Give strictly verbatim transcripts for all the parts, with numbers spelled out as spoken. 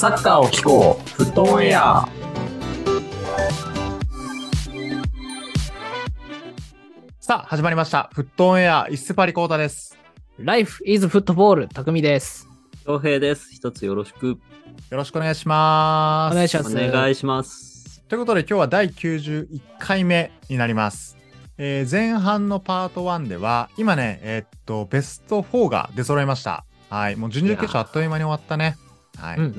サッカーを聞こう、フットオンエア。 さあ始まりました、フットオンエア。イスパリコータです。 Life is Football 匠です。 翔平です。一つよろしく。 よろしくお願いします。 お願いします。 お願いします。 ということで今日はだいきゅうじゅういっかいめになります。えー、前半のパートワンでは今ねえー、っとベストフォーが出揃いました。はい、もう準々決勝あっという間に終わったね。はい、うん、うん、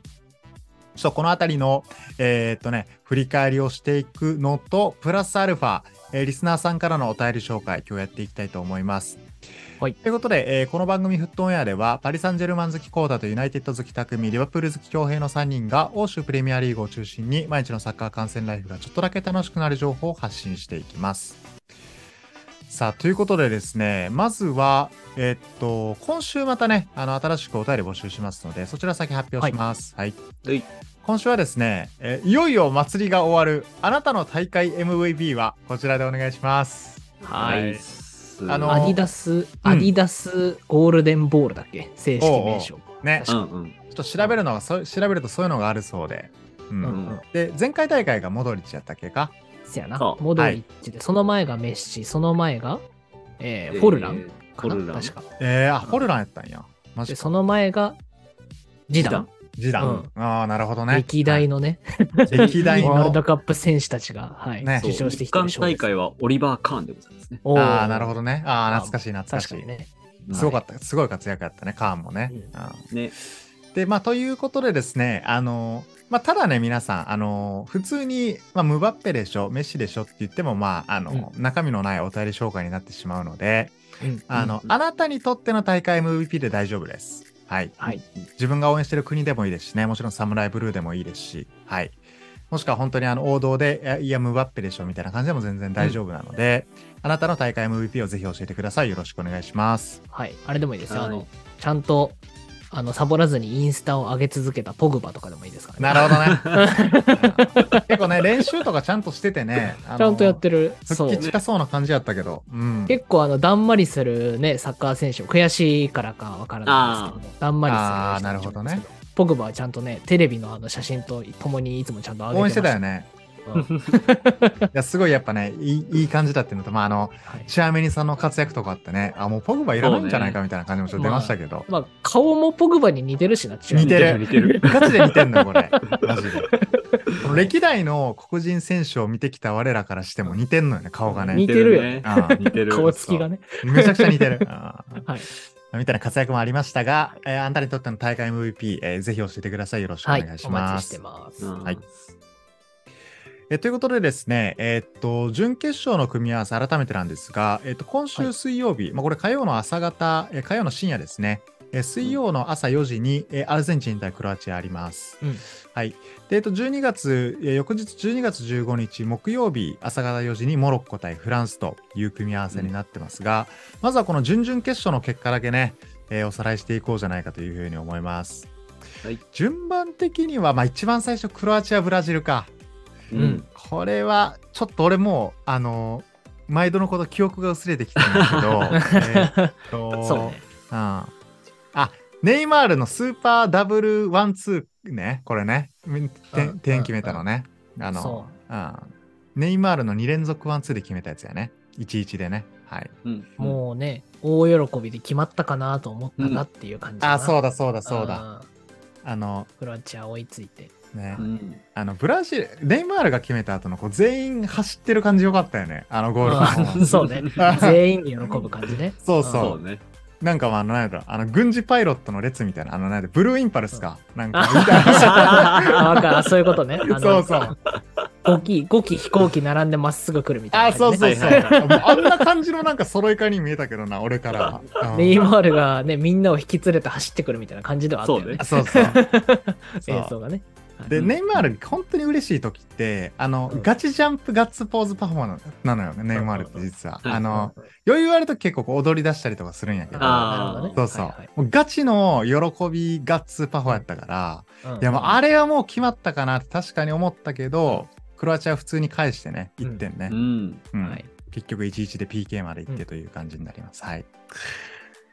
ちょっとこのあたりのえー、っとね振り返りをしていくのとプラスアルファ、えー、リスナーさんからのお便り紹介今日やっていきたいと思います。はい、ということで、えー、この番組フットオンエアではパリ・サンジェルマン好きコーダとユナイテッド好き匠、リバプール好き恭平のさんにんが欧州プレミアリーグを中心に毎日のサッカー観戦ライフがちょっとだけ楽しくなる情報を発信していきます。さあということでですね、まずはえー、っと今週またねあの新しくお便り募集しますのでそちら先発表します。はい、はい、今週はですね、えー、いよいよ祭りが終わるあなたの大会 エムブイピー はこちらでお願いします。 はい、はいあのアディダス、アディダスゴールデンボールだっけ、正式名称。 おうおうね、うんうん、ちょっと調べるのがそ調べるとそういうのがあるそうで、うんうんうん、で前回大会がモドリッチやったっけか。 せやな、モドリッチで、はい、その前がメッシ、その前が、えー、フォルランかな、えー、確か。 えー、あ、フォルランやったんや。 マジでその前がジダン。 ジダン、うん、ああなるほどね。 歴代のね、 はい、歴代のワールドカップ選手たちが、はいね、受賞してきてる賞です。日韓大会はオリバー・カーンでございますね。 ああなるほどね。ああ懐かしい懐かしい。 ね、 すごかった、すごい活躍やったね、カーンもね。 うん、ねでまあということでですね、あのまあただね皆さんあの普通に、まあ、ムバッペでしょメッシでしょって言ってもまああの、うん、中身のないお便り紹介になってしまうので、うん、あの、うん、あなたにとっての大会 エムブイピー で大丈夫です。はい、はい、自分が応援してる国でもいいですしね、もちろんサムライブルーでもいいですし、はい、もしくは本当にあの王道でいやムバッペでしょみたいな感じでも全然大丈夫なので、うん、あなたの大会 エムブイピー をぜひ教えてください。よろしくお願いします。 はい、あれでもいいですよ、はい、あのちゃんとあのサボらずにインスタを上げ続けたポグバとかでもいいですからね。なるほどね。結構ね練習とかちゃんとしててね、 あのちゃんとやってる。 復帰近そうな感じやったけど、うん、 結構あのだんまりするねサッカー選手悔しいからかわからないですけども、だんまりする。 ああなるほどね。 ポグバはちゃんとねテレビのあの写真とともにいつもちゃんと上げてました。 応援してたよね。うん、いやすごいやっぱねい い, いい感じだっていうのと、まああの、はい、チュアメニさんの活躍とかあってね、あもうポグバいらないんじゃないかみたいな感じもちょっと出ましたけど、 まあ、まあ、顔もポグバに似てるしな。 似てる似てるガチで似てんのこれマジでこの歴代の黒人選手を見てきた我らからしても似てんのよね、顔がね。 似てるよね。 似てる顔つきがねめちゃくちゃ似てるはい、 みたいな活躍もありましたが、えー、あんたにとっての大会 エムブイピー、えー、ぜひ教えてください。よろしくお願いします。はい、お待ちしてます。 はい。えということでですね、えー、っと準決勝の組み合わせ改めてなんですが、えー、っと今週水曜日、はい、まあ、これ火曜の朝方、えー、火曜の深夜ですね、えー、水曜の朝よじに、えー、アルゼンチン対クロアチアあります。うん、はい。で、えー、っとじゅうにがつ、えー、翌日じゅうにがつじゅうごにち木曜日朝方よじにモロッコ対フランスという組み合わせになってますが、うん、まずはこの準々決勝の結果だけね、えー、おさらいしていこうじゃないかというふうに思います。はい、順番的には、まあ、一番最初クロアチアブラジルか。うん、これはちょっと俺もあの毎度のこと記憶が薄れてきたんだけどえっとそうね、うん、あネイマールのスーパーダブルワンツーね、これね点決めたのね、あのう、うん、ネイマールのに連続ワンツーで決めたやつやね、いちいちでね、はい、 うん、もうね大喜びで決まったかなと思ったなっていう感じ、うん、 あそうだそうだそうだ、あのクロアチア追いついてね、うん、あのブラジルネイマールが決めた後のこう全員走ってる感じよかったよね、あのゴールのそうね全員に喜ぶ感じねそうそう、そうね、なんかあのなんだろう、あの軍事パイロットの列みたいな、あのなんだブルーインパルスか、うん、なんかみたいなあかそういうことね、 あそうそうご機ご機飛行機並んでまっすぐ来るみたいな、ね、 あそうそうそう、はいはいはい、あんな感じのなんか揃い替えに見えたけどな俺からネイマールがねみんなを引き連れて走ってくるみたいな感じではあったよね、 そうねそうそう演奏がね。 で、うん、ネイマール本当に嬉しい時ってあの、うん、ガチジャンプガッツポーズパフォーマンスなのよね、ネイマールって実は、うん、あの、うん、余裕あると結構こう踊り出したりとかするんやけど、あそうそう、はいはい、もうガチの喜びガッツパフォーやったから、うん、いやもうあれはもう決まったかなって確かに思ったけど、クロアチアは普通に返してねいってんね、うんうんはい、結局いちいちで ピーケー までいってという感じになります、はい。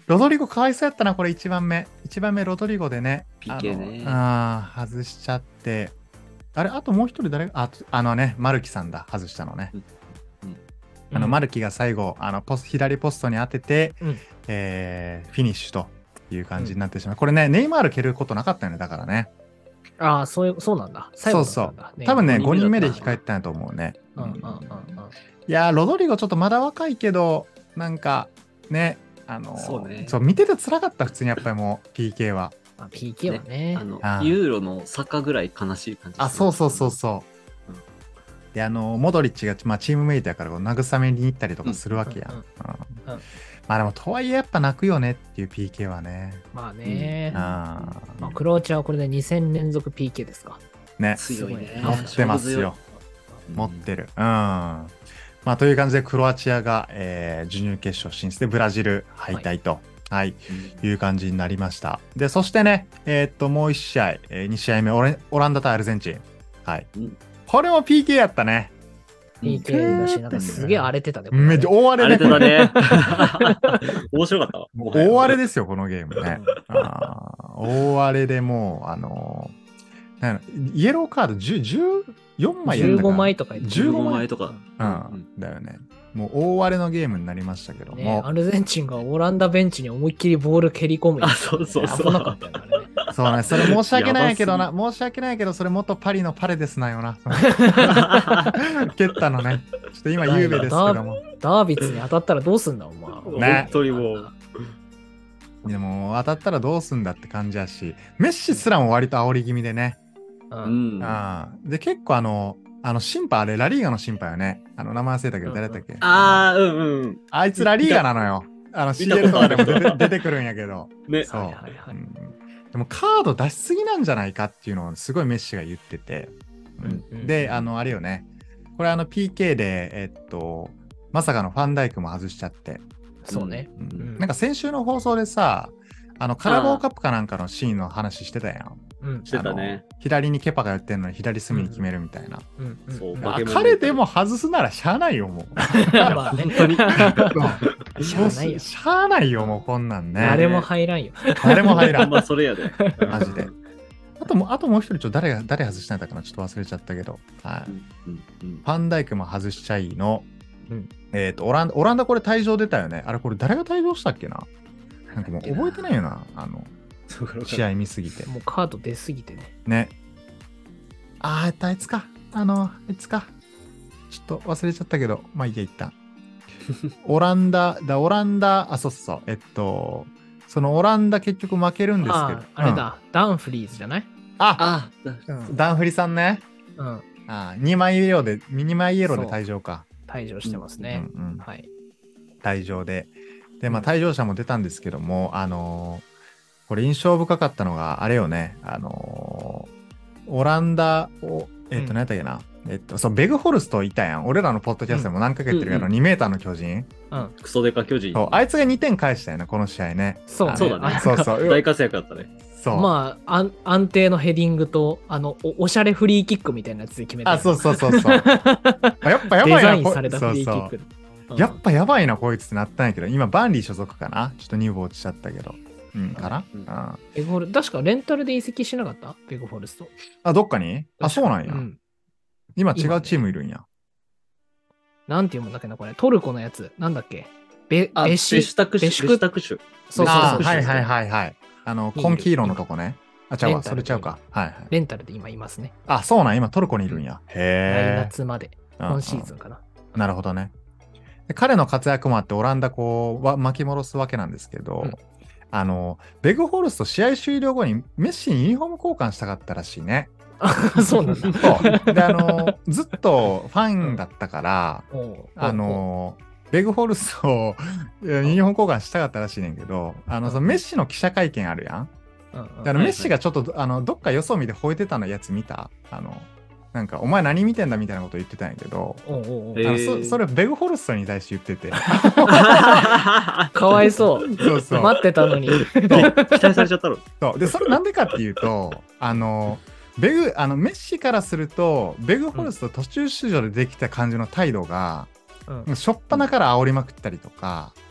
ロドリゴかわいそうやったな、これいちばんめ。いちばんめロドリゴでね。 ピーケー ね。 ああ、外しちゃって。あれ、あともう一人誰が、あ、あのね、マルキさんだ、外したのね。 うんあの、マルキが最後、あのポス左ポストに当てて、 うんえーフィニッシュという感じになってしまう。これね、ネイマール蹴ることなかったよね、だからね。 ああ、そういう、そうなんだ。最後だったんだそうそう多分ね、ごにんめでごにんめだった控えてたんやと思うね。 うんうんうんうん。 いやー、ロドリゴちょっとまだ若いけど、なんか、ね、あのーそうねそう、見てて辛かった、普通にやっぱりもう、ピーケー は。 まあ、ピーケー はね。 あのあーユーロの坂ぐらい悲しい感じ。 あ、そうそうそうそう。 うんで、あのーモドリッチが、まあ、チームメイトやからこう慰めに行ったりとかするわけやん。 うんうんうんうんまあでも、とはいえやっぱ泣くよねっていう ピーケー はね。 まあね。 あまあ、クロアチアはこれでに戦連続 ピーケー ですか。 ーね、 強いね。 持ってますよ。 うん持ってる。うん。まあ、という感じで、クロアチアが、えー準々決勝進出で、ブラジル敗退と、はい、 うんいう感じになりました。で、そしてね、えーっと、もういち試合、えーに試合目オレ、オランダ対アルゼンチン。はい。 うんこれも ピーケー やったね。 ピーケー だし、なんかすげえ荒れてたね。これねめっちゃ大荒あれね。 れだね。面白かったわ。 もう大荒れですよ、このゲームね。あー大荒れでもう、あのーなんやろイエローカードじゅう、じゅうよんまいやったかじゅうごなまいとか言ってじゅうご 15 枚枚とか。 うん、だよね。もう大荒れのゲームになりましたけども。 ね、アルゼンチンがオランダベンチに思いっきりボール蹴り込む。 あそうそうそう危なかったよね、あれね。 そうね、それ申し訳ないけどやな、申し訳ないけど、それ元パリのパレデスなんよな。蹴ったのね。ちょっと今、ゆうべですけども。 ダービッツに当たったらどうすんだ、お前。 ね本当にもう。 でも、当たったらどうすんだって感じやし、メッシすらも割と煽り気味でね。 う。 うんん。 あーで、結構あの、あの審判、あれ、ラリーガの審判よね。あの、名前忘れたけど、誰だったっけ、 ああ、うんうん。 あいつラリーガなのよ。あの、シーエル とかでも出て出てくるんやけど。 ね。 そう、 はいはいはいうんでもカード出しすぎなんじゃないかっていうのをすごいメッシが言ってて、うんうんであのあれよねこれあの ピーケー でえっとまさかのファンダイクも外しちゃって、 そうね。 うんうんなんか先週の放送でさあのカラバオカップかなんかのシーンの話してたやん。 うん。 してたね。 あの左にケパがやってんのに左隅に決めるみたいな、 うんうんそううんまあ化け物彼でも外すならしゃあないよもうまあね。 本当に。 しゃあないよ。 しゃあないよもうこんなんね誰も入らんよ。 誰も入らんまあ、それやで。 マジで。あともあともう一人ちょっと誰が誰外したんだったかなちょっと忘れちゃったけど、はい、 うんうんファンダイクも外しちゃいの、 うんえっ、とオランダオランダこれ退場出たよね。あれこれ誰が退場したっけな。なんかもう覚えてないよなあのうん。 試合見すぎてもうカード出すぎてね。 ね。あーえっとあいつかあのあいつかちょっと忘れちゃったけどまあいいや一旦オランダだオランダあそうそうそうえっとそのオランダ結局負けるんですけどああ、あれだ。ダンフリーズじゃない？ ああ、 うん。 ダンフリさんねうん。 あにまいイエローでにまいイエローで退場か退場してますね。 うんうんはい。 退場で。で、まあ、退場者も出たんですけども、あのーこれ印象深かったのが、あれよね、あのーオランダを、えっ、と、 うん何やったっけな、えっと、そう、ベグホルストいたやん。俺らのポッドキャストでも何回か言ってるけど、 うんにメーターの巨人。 うん。 クソデカ巨人。 そう、あいつがにてん返したよね、この試合ね。 そうあのそうだねそうそう。 大活躍だったね。 そう。 まあ、安安定のヘディングと、あのお、おしゃれフリーキックみたいなやつで決めたよ。 あ、そうそうそうそう。あやっぱやばいな、 デザインこされたフリーキック。 そうそうやっぱやばいな、こいつってなったんやけど、今、バンリー所属かなちょっとに部落ちちゃったけど。うん、かな、 うんうんベグフォル確かレンタルで移籍しなかったベグフォルスト。 あ、どっかにあ、そうなんや。 うん。 今違うチームいるんや。 なんて読むんだっけな、これ。トルコのやつ。なんだっけベ、 あ、 ベベシシュタクシュ。ベシベシクュタクシュ。 そうそうあそう。 ーはいはいはいはい。あの、 いいコンキーロのとこね。あ、ちゃうわ、 レンタルそれちゃうか。はいはい。 レンタルで今いますね。 あ、そうなん、今トルコにいるんや。 来へえ。 夏まで。 うん今シーズンかな。 なるほどね。で彼の活躍もあって、オランダこうわ巻き戻すわけなんですけど、 うんあの、ベグホルスト試合終了後にメッシにユニフォーム交換したかったらしいね。 そうなんだ。 そう。で、あの、ずっとファンだったから、 おうあの、ベグホルストをユニフォーム交換したかったらしいねんけど、あの、そのメッシの記者会見あるやん。 うんうんあのメッシがちょっと、あのどっかよそ見で吠えてたのやつ見たあのなんかお前何見てんだみたいなこと言ってたんやけど、 おうおうおうえあのーそそれベグホルストに対して言っててかわいそう。 そうそう待ってたのに。 期待されちゃったの。 そうでそれなんでかっていうとあのベグあのメッシからするとベグホルスト途中出場でできた感じの態度が、 うんもうしょっぱなから煽りまくったりとか、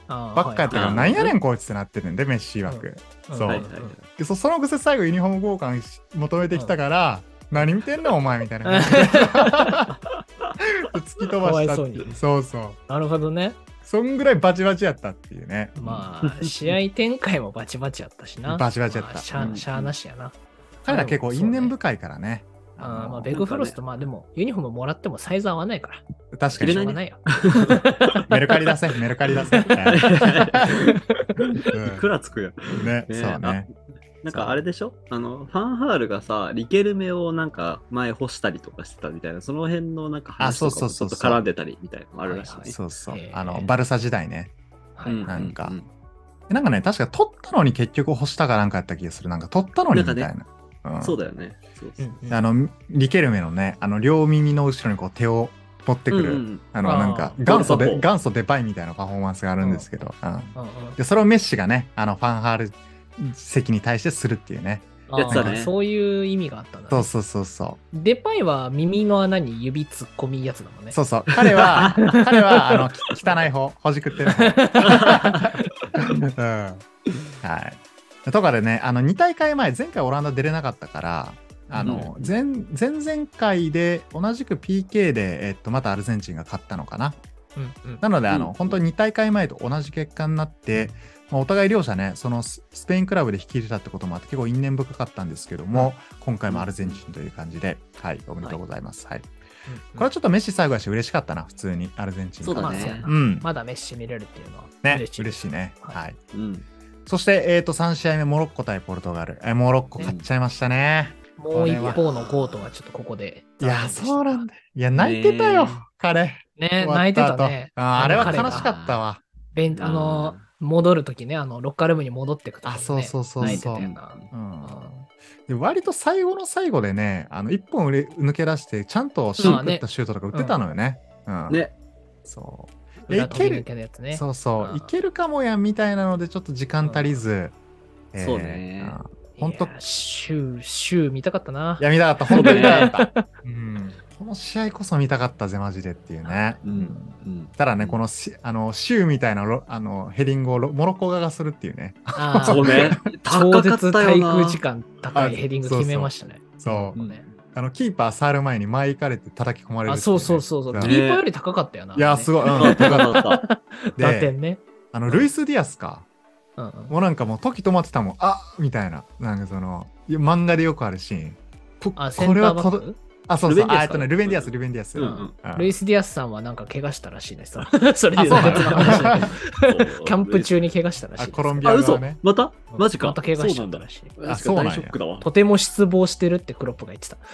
あーばっかやったから、 はいなんやねんこいつってなってるんで、メッシ曰く。そううんはいはいはいでそそのくせ最後ユニフォーム交換し求めてきたから、何見てんのお前みたいな感じで突き飛ばしたっていう。 かわいそうにそうそう。 なるほどね。 そんぐらいバチバチやったっていうね。 まあ、試合展開もバチバチやったしな。 バチバチやったまあしゃうんしゃあなしやな。 彼ら結構因縁深いからね。 あーまあ、ベグフロスト、まあでも、ユニフォームもらってもサイズ合わないから。 確かにしょうがないよ。 メルカリ出せ、メルカリ出せ。 いくらつくよ。 うんね、 ねそうね。 なんかあれでしょあの、ファンハールがさ、リケルメをなんか前干したりとかしてたみたいな、その辺のなんか話とかもちょっと絡んでたりみたいなのもあるらしいね。 そうそうへ。ーあの、バルサ時代ね。 はいうんなんかうんなんかね、確か取ったのに結局干したかなんかやった気がする。なんか取ったのにみたいな。 なんうんそうだよね。そうそううんうんあの、リケルメのね、あの、両耳の後ろにこう手を持ってくる、 うんうんあの、 あーなんか、元祖で、 ゴールパフォー元祖でパイみたいなパフォーマンスがあるんですけど、うんうんうんで、それをメッシがね、あの、ファンハール席に対してするっていうね。 やつだねあーそういう意味があったんだね。 そうそうそうそデパイは耳の穴に指突っ込みやつだもんね。 う。そうそう。彼は、彼は、あの、き汚い方、ほじくってる方。うんはい。とかでね、あの、に大会前、前回オランダ出れなかったから、あの、前、前々回で同じく ピーケー で、えっと、またアルゼンチンが勝ったのかな。 うんうんなので、あの、 うん本当にに大会前と同じ結果になって、まあ、お互い両者ね、そのススペインクラブで率いてたってこともあって、結構因縁深かったんですけども、今回もアルゼンチンという感じで、はい、おめでとうございます。はい。これはちょっとメッシ最後だし、嬉しかったな、普通に、アルゼンチンそうだねまあそうやなうん。 まだメッシ見れるっていうのはね、 嬉しい。 嬉しいね。 はいはい。 うんそして、えっと、さん試合目、モロッコ対ポルトガル。え、モロッコ勝っちゃいましたね。 もう一方のゴートはちょっとここで。 いや、そうなんだ。いや、泣いてたよね、 彼。 ね、 終わ泣いてった後たね。 あーあれは彼が悲しかったわ。 ベンあの、戻るときね、あの、ロッカールームに戻ってくとき、ね、 あそうそうそうそう泣いてたよな。 うん。で割と最後の最後でね、あの、一本売れ抜け出して、ちゃんとシンクったシュートとか打ってたのよね。うん。 ね。 そう。 裏飛び抜けのやつね。 そうそうう。 んいけるかもやんみたいなので、ちょっと時間足りず。えーそうねうんほんといやシュー、シュー見たかったな。 いや、見たかった。本当に見たかった。うん。この試合こそ見たかったぜ、マジでっていうね。 うんうんただね、このし、あの、シューみたいなロあのヘディングをロモロッコ側がするっていうね。 あーそうね。 超高か絶滞ったよな。 空時間高いヘディング決めましたね。 そう。 うんねあの、キーパー触る前に前行かれて叩き込まれるっていね、 あ、そうそうそうそう。 ねキーパーより高かったよな。 いや、すごい。 ごい。うん、 高かった。 打で、 点ね。 あの、ルイス・ディアスか。 うんうんもうなんかもう時止まってたもん。あみたいな。なんかその、いや漫画でよくあるシーン。こあ、センこれターバッはとどクあ、そうそう。 ルベンディアスあ、えっとね、ルベンディアス、ルベンディアス。 うんうんルイス・ディアスさんはなんか怪我したらしいです。それであ、そうな別の話だけどそうキャンプ中に怪我したらしいあ、 です。 コロンビあ、嘘ア側ね。 またマジか。 また怪我しちそうなんだゃったら。しい。 あそうなんや大ショックだわ。 とても失望してるってクロップが言ってた。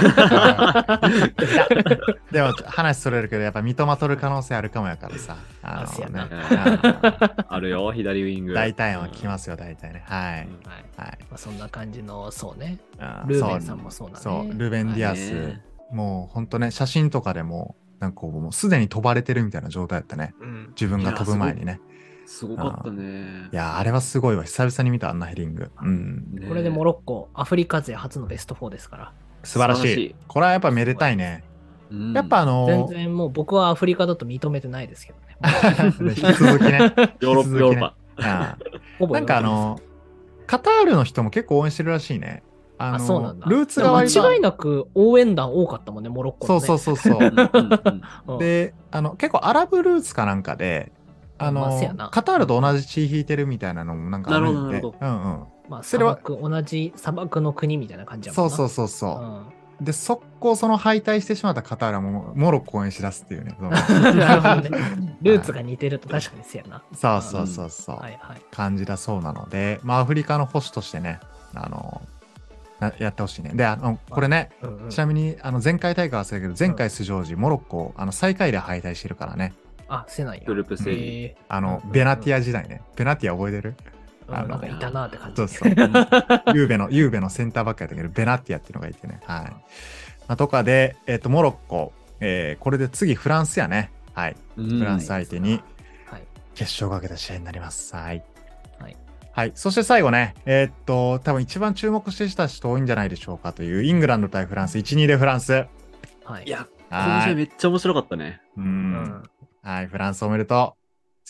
でも話それるけど、やっぱ三笘取る可能性あるかもやからさ。ああそうやなああるよ、左ウィング。 の大体は聞きますよ、大体ね。はい。 はい。 はい。 まあ、そんな感じの、そうね。 あルーベンさんもそうだね。 そう、ルベン・ディアス、 ねもうほんとね、写真とかでも、なんかこう、もうすでに飛ばれてるみたいな状態だったね。 うん。 自分が飛ぶ前にね。 すごかったね。 いやー、あれはすごいわ。久々に見た、あんなヘディング。うん。 ねこれでモロッコ、アフリカ勢初のベストフォーですから。 素晴らしい。 素晴らしいこれはやっぱめでたいね。 うんやっぱあの全ー、 然もう僕はアフリカだと認めてないですけどね。 引き続きね。 ヨーロッパ、ヨーロッパ。 あほぼーなんかあのー、カタールの人も結構応援してるらしいね。あのあ、そうなんだ。 ルーツが割と間違いなく応援団多かったもんね、モロッコの、ね。 そうそうそうそう。 うんうんうんうんで、あの、結構アラブルーツかなんかで、あの、 まあせやなカタールと同じ血引いてるみたいなのもなんかあるんで。 なるほどうんうん。 まあ、 それは砂漠、同じ砂漠の国みたいな感じやもんな。 そうそうそうそう。 うんで、速攻その敗退してしまったカタールはもうモロッコ応援しだすっていうね。そのなるほどね。ルーツが似てると確かにせやな。 そうそうそうそう。 はいはい。 感じだそうなので、まあ、アフリカの星としてね、あの、なやってほしいね。で、あの、これね、 うんうんちなみに、あの、前回大会は忘れたけど、前回出場時、モロッコ、あの、最下位で敗退してるからね。 あ、せないや。 グループステージへあの、 うんベナティア時代ね。ベナティア覚えてるーあのうんなんかいたなって感じ。 そうそう。ユーベの、ユーベのセンターバックやったけど、ベナティアっていうのがいてね。はい。まあ、とかで、えっ、と、モロッコ、えーこれで次フランスやね。はい。 うんフランス相手にはい。 決勝をかけた試合になります。はい。 はい。 はい。そして最後ね、えーっと、多分一番注目してた人多いんじゃないでしょうかという、イングランド対フランス、いちたいにでフランス。 はい。 いや、このはい。 試合めっちゃ面白かったね。 う。 うんん。 はい。フランスおめでとう。強い。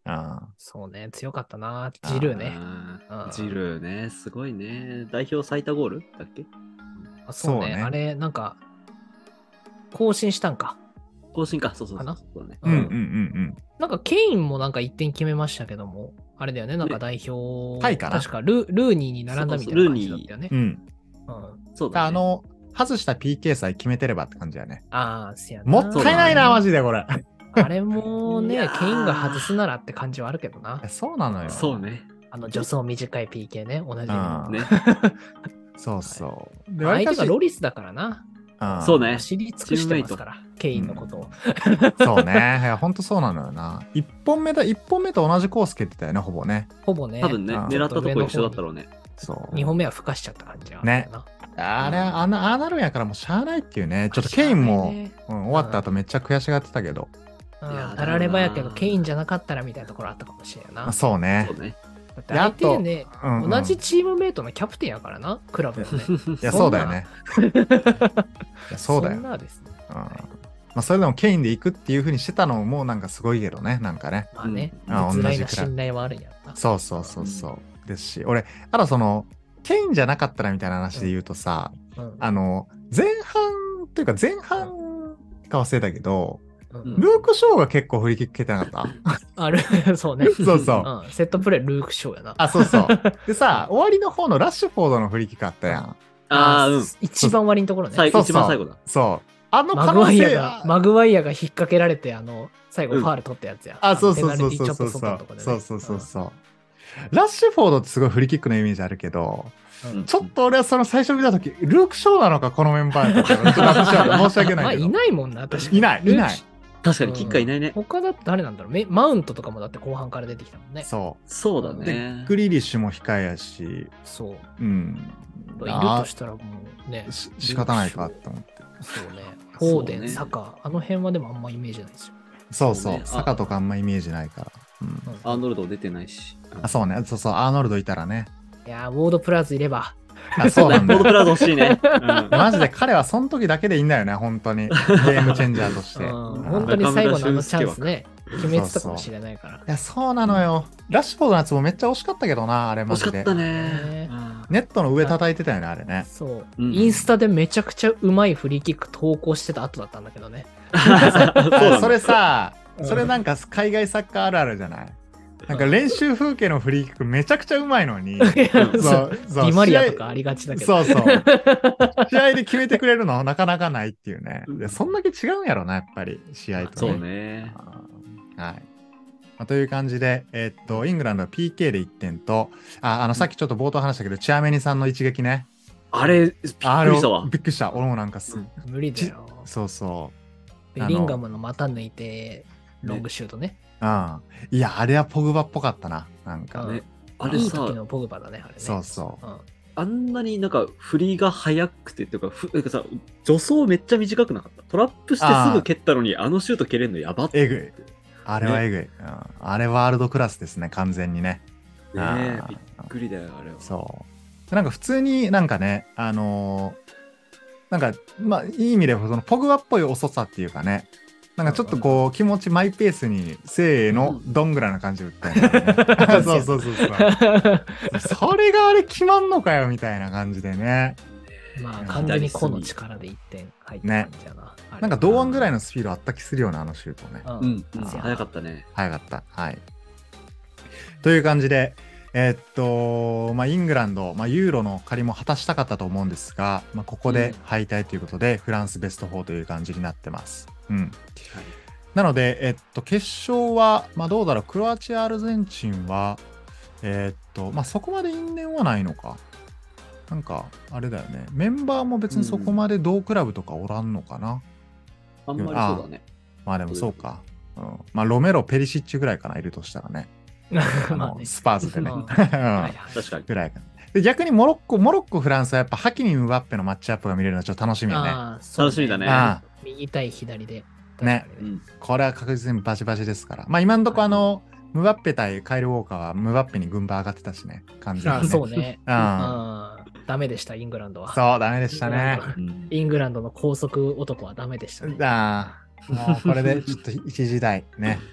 あそうね、強かったな。ジルーね。 あーうんジルーね、すごいね。代表最多ゴールだっけ？ あそうねそうねあれ、なんか、更新したんか。 更新か、そうそうそうかなそうだね。 うんうんうんなんか、ケインもなんかいってん決めましたけども、あれだよね、なんか代表、 タイかな確かルルーニーに並んだみたいな感じだったよねうん。う。ん。 うんそうだね。 あの、外した ピーケー さえ決めてればって感じだね。 ああ、せやな。 もったいないな、マジでこれ。 あれもねいや、ーケインが外すならって感じはあるけどな。 そうなのよ。 そうね。 あの、助走短い ピーケー ね、同じうんね。 そうそう。で、 相手が割かしロリスだからな。 うんそうね知り尽くしてますから、ケインのことを。 そうね。いや、ほんとそうなのよな。一本目だ、一本目と同じコース蹴ってたよね、ほぼね。 ほぼね、 多分ね、 うん狙ったとこ一緒だったろうね。 そう。 にほんめはふかしちゃった感じがあるねな。 あれ、あんな、ああなるんやからもうしゃあないっていうね。ちょっとケインも、うん、終わった後めっちゃ悔しがってたけど。 うんいやたらればやけど、ケインじゃなかったらみたいなところあったかもしれんな。 あそうねそ。うね。 だって相手ね、 うんうん同じチームメイトのキャプテンやからな、クラブのね。 いや、そうだよね。いやそうだよ。 そんなですね。 うんまあ、それでもケインで行くっていう風にしてたのもなんかすごいけどね、なんかね。 まあね、 うんあ絶大同じくらいな信頼はあるんやろな。 そうそうそうそう。ですし、俺、ただその、ケインじゃなかったらみたいな話で言うとさ、 うんあの、前半っていうか前半か忘れたけど、 うんルーク・ショーが結構フリーキック蹴ってなかっある、そうね。 たそうそう。 うん、セットプレー、ルーク・ショーやな。 あ、そうそう。でさ、終わりの方のラッシュフォードのフリーキックあったやん。 ああ、うん。 一番割りのところね。 最後、 そうそう一番最後だ。 そう。あのマグワ可能性イアが、マグワイアが引っ掛けられて、あの、最後うんファール取ったやつや。 あ、そうそうペナルティちょっとそうそうそう外のとこでねそうそうそうそう。ラッシュフォードってすごいフリーキックのイメージあるけど、 うんうんちょっと俺はその最初見たとき、ルーク・ショーなのか、このメンバーやったからちょっと申し訳申し訳まあ、 ないけど。 いないもんな、確かに。 いないいない確かに、キッカーいないね。 他だって誰なんだろうメマウントとかもだって後半から出てきたもんね。 そそうだう。でね、。 グリリッシュも控えやし、 そう。 うん。 いるとしたらもうね。 し仕方ないかと思って。 そうね。 そうねフォーデン、サカ、あの辺はでもあんまイメージないですよ。 そうそう。 そうね坂とかあんまイメージないから。うん。 アーノルド出てないし。 あ、そうね。そうそう。アーノルドいたらね。 いやー、ウォードプラーズいれば。 あ、そうなんだよ。 ボードプラザ欲しいね。うんマジで彼はその時だけでいいんだよね、本当に。ゲームチェンジャーとして。 うんうん本当に最後のあのチャンスね、決めてたかもしれないから。 いや、そうなのよ。ラッシュフォードのやつもめっちゃ惜しかったけどな、あれマジで。 惜しかったねね。 ネットの上叩いてたよね、あれね。 そう、 うんインスタでめちゃくちゃうまいフリーキック投稿してた後だったんだけどね。 そうだねそれさ、 うんそれなんか海外サッカーあるあるじゃない。なんか練習風景のフリーキックめちゃくちゃうまいのに。そうデそうィマリアとかありがちだけど。 そうそう。試合で決めてくれるのなかなかないっていうね。でそんだけ違うんやろな、やっぱり、試合とそうね。 ね。 はい。まあという感じで、えーっと、イングランドは ピーケー でいってんと、あ、あの、さっきちょっと冒頭話したけど、チアメニさんの一撃ね。 あれ、びっくりあれしたわ。 びっくりした。俺もなんかす、 うん無理だよ。 そうそベリンガムの股抜いて、ロングシュートね。 う。うん。いや、あれはポグバっぽかったな。なんか。 うんねあれさいい時、のポグバだね、あれね。 そうそう。 うんあんなになんか振りが速くてっていうか、ふなんかさ、助走めっちゃ短くなかった。トラップしてすぐ蹴ったのに、あのシュート蹴れるのやばって。 えぐい。あれはえぐい。うん、あれワールドクラスですね、完全にね。 ねあえ、 ーびっくりだよ、あれは。 そう。でなんか普通になんかね、あのーなんか、まあ、いい意味で、そのポグバっぽい遅さっていうかね、なんかちょっとこう、気持ちマイペースに、せーの、どんぐらいな感じで打ったんだよね。そうそうそうそう。それがあれ決まんのかよ、みたいな感じでね。 まあ、完全に個の力でいってん入った感じやな。あれなんか同腕ぐらいのスピードあった気するような、あのシュートね。 うんうん、うん、 そうや早かったね。 早かった。はい。という感じで、えーっと、まあ、イングランド、まあ、ユーロの借りも果たしたかったと思うんですが、まあ、ここで敗退ということで、フランスベストよんという感じになってます。うん。 はいなので、えっと、決勝は、まあ、どうだろう、クロアチア、アルゼンチンは、えーっと、まあ、そこまで因縁はないのか。なんか、あれだよね。メンバーも別にそこまで同クラブとかおらんのかな。 あんまりそうだね。 まあでもそうか。うん、まあ、ロメロ、ペリシッチぐらいかな、いるとしたらね。あのまあね。 スパーズでね。 ううんんはいはい確かに。 ぐらいかな。で逆にモロッコ、モロッコ、フランスはやっぱハキミ、ムバッペのマッチアップが見れるのはちょっと楽しみよね。 あーそう楽しみだね。 あ右対左で。 ね確かにうんこれは確実にバチバチですから。まあ今んとこあの、ムバッペ対カイル・ウォーカーはムバッペに軍配上がってたしね。完全に、 あね。 そうね。 うんうんダメでした、イングランドは。 そう、ダメでしたね。 うんイングランドの高速男はダメでしたね。 ああ、もうこれでちょっと一時代ね。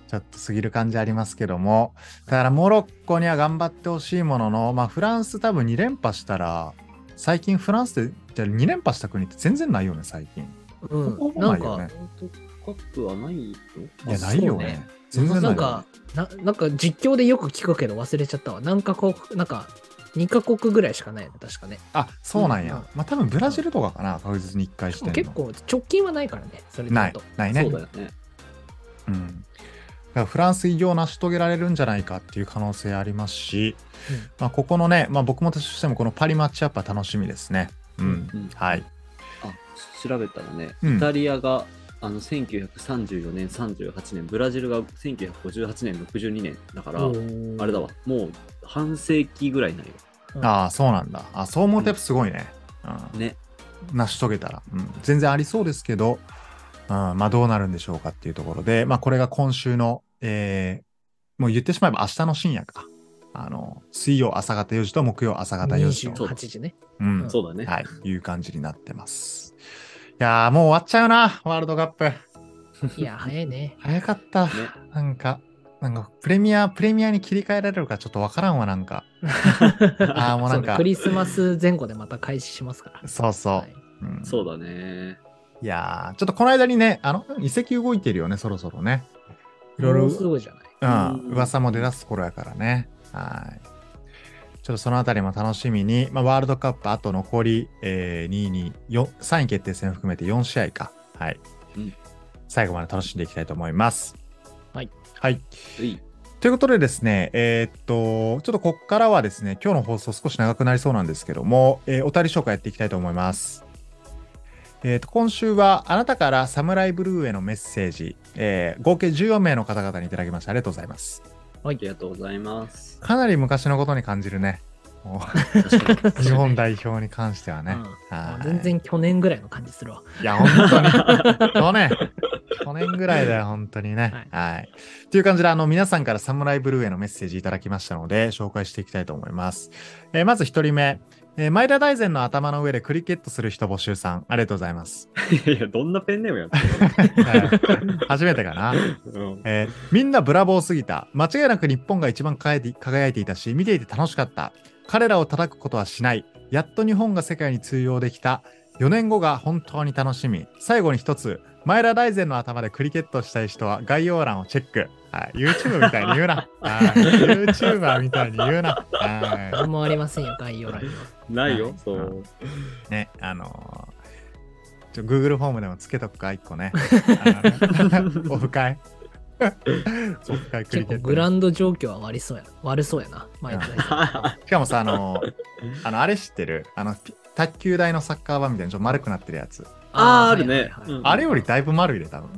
ちょっと過ぎる感じありますけども、だからモロッコには頑張ってほしいものの、まあ、フランス多分に連覇したら、最近フランスでじゃあに連覇した国って全然ないよね、最近。 うんほぼほぼなんかないよね。 カップはないの？ いや、ないよね。 そうね全然ないよね。 なんかななんか実況でよく聞くけど忘れちゃったわ。何カ国なんかにカ国ぐらいしかないよね、確かね。 あ、そうなんや。 うんまあ多分ブラジルとかかな、確実にいっかいしてんの。 結構直近はないからね、それでない言うと。、 ないね。 そうだよね。 うん。だからフランス偉業を成し遂げられるんじゃないかっていう可能性ありますし、 うんまあ、ここのね、まあ、僕もとしてもこのパリマッチアップは楽しみですね。うん。 うんはい。 あ、調べたらね、 うんイタリアがあのせんきゅうひゃくさんじゅうよねん、さんじゅうはちねん、ブラジルがせんきゅうひゃくごじゅうはちねん、ろくじゅうにねんだから、あれだわ、もう半世紀ぐらいになるよ。 ああ、そうなんだ。あ、そう思うとやっぱすごいね。うん。 ね。 成し遂げたら。うん。全然ありそうですけど、うん、まあどうなるんでしょうかっていうところで、まあこれが今週の、えー、もう言ってしまえば明日の深夜か。あの、水曜朝方よじと木曜朝方よじにじゅと。 うはちじね。 うん。 そうだね。 はい。いう感じになってます。いやー、もう終わっちゃうな、ワールドカップ。 いや、早いね。 早かった。 ねなんか、なんか、プレミア、プレミアに切り替えられるかちょっとわからんわ、なんか。ああ、もうなんかそうねク、リスマス前後でまた開始しますから。 そうそう。 はいうんそうだね。 いやー、ちょっとこの間にね、あの、遺跡動いてるよね、そろそろね。いろいろもう、すぐじゃない。 うん、噂も出だす頃やからね。はい。ちょっとそのあたりも楽しみに、まあ、ワールドカップあと残り、えー、にいによん、さんい決定戦含めてよん試合か。はい。 うん最後まで楽しんでいきたいと思います。 はい。 はい。 ういということでですね、えーっと、ちょっとこっからはですね、今日の放送少し長くなりそうなんですけども、えーお便り紹介やっていきたいと思います。えーっと、今週はあなたからサムライブルーへのメッセージ、えー合計じゅうよん名の方々にいただきましてありがとうございます。 ありがとうございます。 かなり昔のことに感じるね。も確かに。 う日本代表に関してはね。 うんはい全然去年ぐらいの感じするわ。 いや、本当に。去年。去年ぐらいだよ、本当にね。はい。という感じで、あの、皆さんからサムライブルーへのメッセージいただきましたので、紹介していきたいと思います。えーまず一人目。えー前田大然の頭の上でクリケットする人募集さん。ありがとうございます。 いやいや、どんなペンネームやってるはい初めてかな。 の、 えーみんなブラボーすぎた。間違いなく日本が一番輝いて輝いていたし、見ていて楽しかった。彼らを叩くことはしない。やっと日本が世界に通用できた。よねんごが本当に楽しみ。最後に一つ。前田大然の頭でクリケットしたい人は概要欄をチェック。はい、YouTube みたいに言うな。はい、YouTuber みたいに言うな。は何もありませんよ、概要欄には。 ないよ、 はいそう。 い、ね、あのー、ちょ Google フォームでもつけとくか、一個ね。あのねオフ会。オフ会クリケット。 結構グラウンド状況は悪そうやな。悪そうやな。前田大然しかもさ、あのー、あの、あれ知ってるあの、ピ卓球台のサッカー版みたいにちょっと丸くなってるやつ。 あーあるねはいはいはいうんあれよりだいぶ丸いで、多分。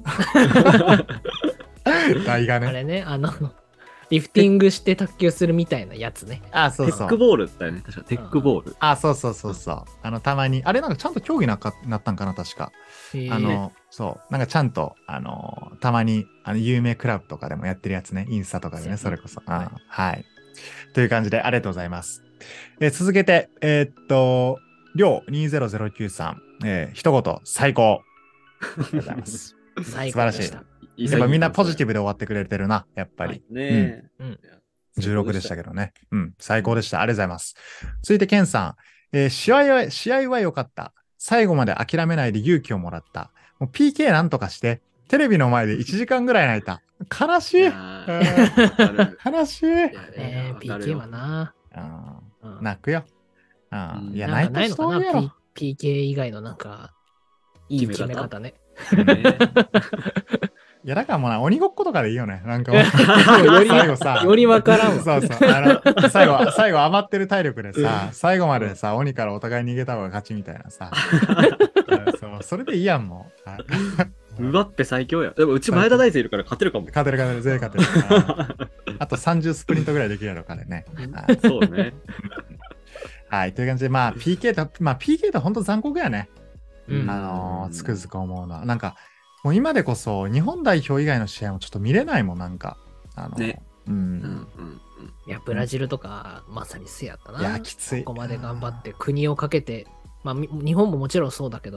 台がね。 あれね、あの、リフティングして卓球するみたいなやつね。 あ、そうそうテック。ボールだよね、確かテックボール。 あ、そうそうそうそう。あの、たまに、あれなんかちゃんと競技なかなったんかな、確か。 へーあの、そう。なんかちゃんと、あの、たまに、あの、有名クラブとかでもやってるやつね。インスタとかでね、それこそ。 はいあはい。という感じで、ありがとうございます。えー続けて、えーっと、りょうにせんきゅうさん、えー、一言、最高。ありがとうございます。 最素晴らしい高でした。 やっぱみんなポジティブブで終わってくれてるな、やっぱり。 ねえ。 うんじゅうろくでしたけどね。うん、最高でした。ありがとうございます。続いて、ケンさん。えー試合は、試合は良かった。最後まで諦めないで勇気をもらった。もう ピーケー なんとかして、テレビの前でいちじかんぐらい泣いた。悲しい。 いやーわかる悲しい。 いやいやえー、 わかるピーケーよはな。 うんうん泣くよ。ううんん、いや、 なんかない泣いた人のかな多いやろ。 P- ピーケー 以外のなんか、いい決め方ね。 ねいや、だからもうな、鬼ごっことかでいいよね。なんか、 より最後さ、 よりわからんわ。 そうそう。あの、最後、最後余ってる体力でさ、最後までさ、鬼からお互い逃げた方が勝ちみたいなさ。そう、それでいいやん、もう。はいムバッペ最強や。でもうち前田大然いるから勝てるかも。 勝てる勝てる、全員勝てる。はいあとさんじゅうスプリントぐらいできるやろ、彼ね。はいそうね。 はい、という感じで、まあ、ピーケー と、まあ、ピーケー と本当残酷やね。 うんあのーつくづく思うのは。なんか、もう今でこそ、日本代表以外の試合もちょっと見れないもん、なんか。あの、 ねううんん。 うんいや、ブラジルとか、まさにせやったな。 いやきついここまで頑張って、国をかけて、まあ、み日本ももちろんそうだけど、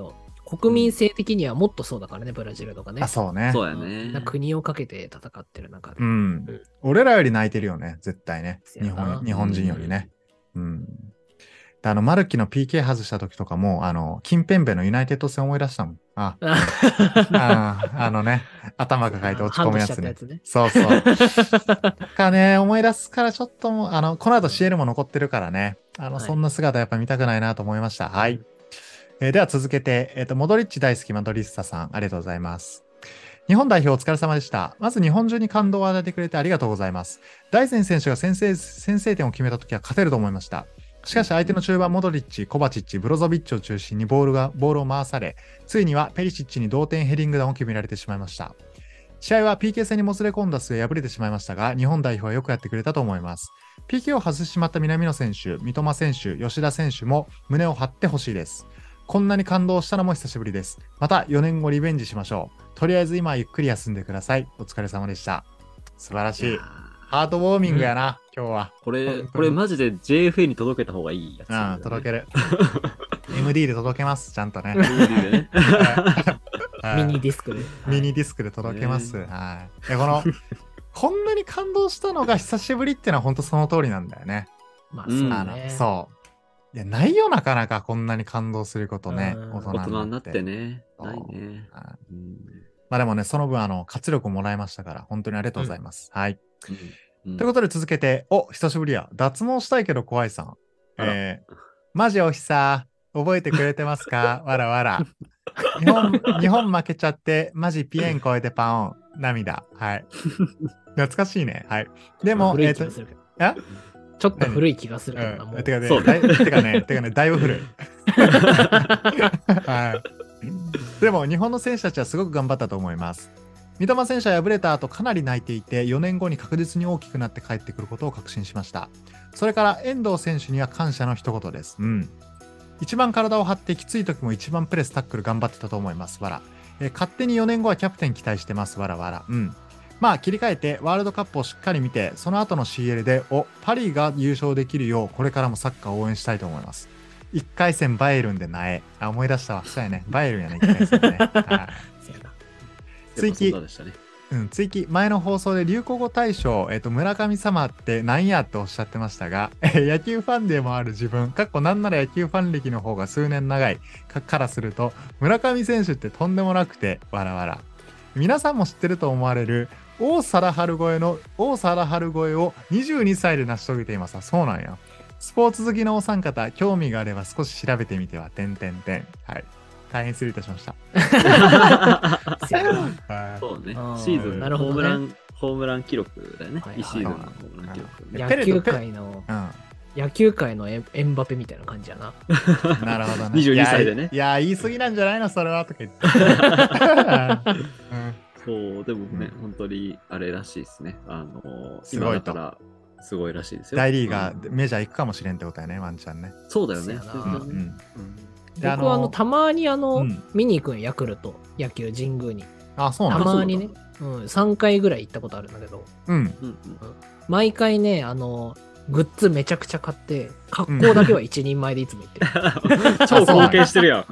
国民性的にはもっとそうだからね、ブラジルとかね。 あ、そうね。 そうやね。 なんか国をかけて戦ってる中で。 うん。 うん俺らより泣いてるよね、絶対ね。 そうやな日本、日本人よりね。うん。であの、マルキの ピーケー 外した時とかも、あの、キンペンベのユナイテッド戦思い出したもん。あ、ああのね、頭抱えて落ち込むやつね。 ハンドしちゃったやつねそうそう。かね、思い出すからちょっともう、あの、この後 シーエル も残ってるからね。あの、 はいそんな姿やっぱ見たくないなと思いました。はい。えーでは続けて、えっと、モドリッチ大好きマドリッサさん、ありがとうございます。日本代表お疲れ様でした。まず日本中に感動を与えてくれてありがとうございます。大然選手が先制、先制点を決めた時は勝てると思いました。しかし相手の中盤モドリッチ、コバチッチ、ブロゾビッチを中心にボールが、ボールを回され、ついにはペリシッチに同点ヘディング弾を決められてしまいました。試合は ピーケー 戦にもつれ込んだ末敗れてしまいましたが、日本代表はよくやってくれたと思います。ピーケー を外してしまった南野選手、三笘選手、吉田選手も胸を張ってほしいです。こんなに感動したのも久しぶりです。またよねんごリベンジしましょう。とりあえず今はゆっくり休んでください。お疲れ様でした。素晴らしい。 いやハートウォーミングやな、うん、今日は。 これ、これマジで ジェイエフエー に届けた方がいいやつ、ね。 うん、届ける。エムディー で届けます、ちゃんとね。 ねミニディスクで。 ミニディスクで届けます。はい。いやこの、こんなに感動したのが久しぶりっていうのは本当その通りなんだよね。 まあ、そううんあのね。 そう。いや、ないよ、なかなかこんなに感動することね。 うん大人大人にになっ。 なっててね。 そうないね。 はいうんまあでもね、その分、あの、活力をもらいましたから、本当にありがとうございます。はい。 うんということで続けて、お、久しぶりや。脱毛したいけど怖いさん。 あらえー、マジおひさ、覚えてくれてますかわらわら。日本、日本負けちゃって、マジピエン超えてパオン。涙。はい。懐かしいね。はい。でも、 古えっとい気がするけど。 えちょっと古い気がするけどな、もうん、 う。 てかね、 そうだいてかね、てかね、だいぶ古い。はい。でも、日本の選手たちはすごく頑張ったと思います。三笘選手は敗れた後かなり泣いていて、よねんごに確実に大きくなって帰ってくることを確信しました。それから遠藤選手には感謝の一言です。うん。一番体を張ってきつい時も一番プレスタックル頑張ってたと思います。わら。えー勝手によねんごはキャプテン期待してます。わらわら。うん。まあ切り替えてワールドカップをしっかり見て、その後の シーエル でおパリが優勝できるようこれからもサッカーを応援したいと思います。いっかい戦バイエルンでなえ。あ、思い出したわ。そうやね。バイエルンやね。いっかい戦ね。はいそうやな追記やっぱそんなでしたね。 うん、追記前の放送で流行語大賞、えっと、村上様ってなんやっておっしゃってましたが、え野球ファンでもある自分、かっこなんなら野球ファン歴の方が数年長いかからすると、村上選手ってとんでもなくて、わらわら。皆さんも知ってると思われる、王貞治超えの、王貞治超えをにじゅうにさいで成し遂げています。あ、そうなんや。スポーツ好きのお三方、興味があれば少し調べてみては、てんてんてん。はい。大変失礼いたしました。 そうやなはいそうねあー。 シーズンなるほどねホームラン、ホームラン記録だよね。 はいはいいちシーズンのホームラン記録。 いや野球界の、 うん。 野球界のエエンバペみたいな感じやな。 なるほどね。 にじゅうにさいでねいや、いや言い過ぎなんじゃないのそれはとか言って。うんそう、でもね、 うん本当にあれらしいですね。あの、 すごいと今だから、すごいらしいですよ。 大リーガうんー、メジャー行くかもしれんってことやね、ワンチャンね。 そうだよね。 そうやなうんう全然ねん。 うんで僕はあの、たまにあの、 うん見に行くんヤクルト、野球、神宮に。 あ、そうなたんだ。 まにね、うん、さんかいぐらい行ったことあるんだけど、 うん。 うんうん毎回ね、あの、グッズめちゃくちゃ買って、格好だけは一人前でいつも行ってる。 超貢献してるやん。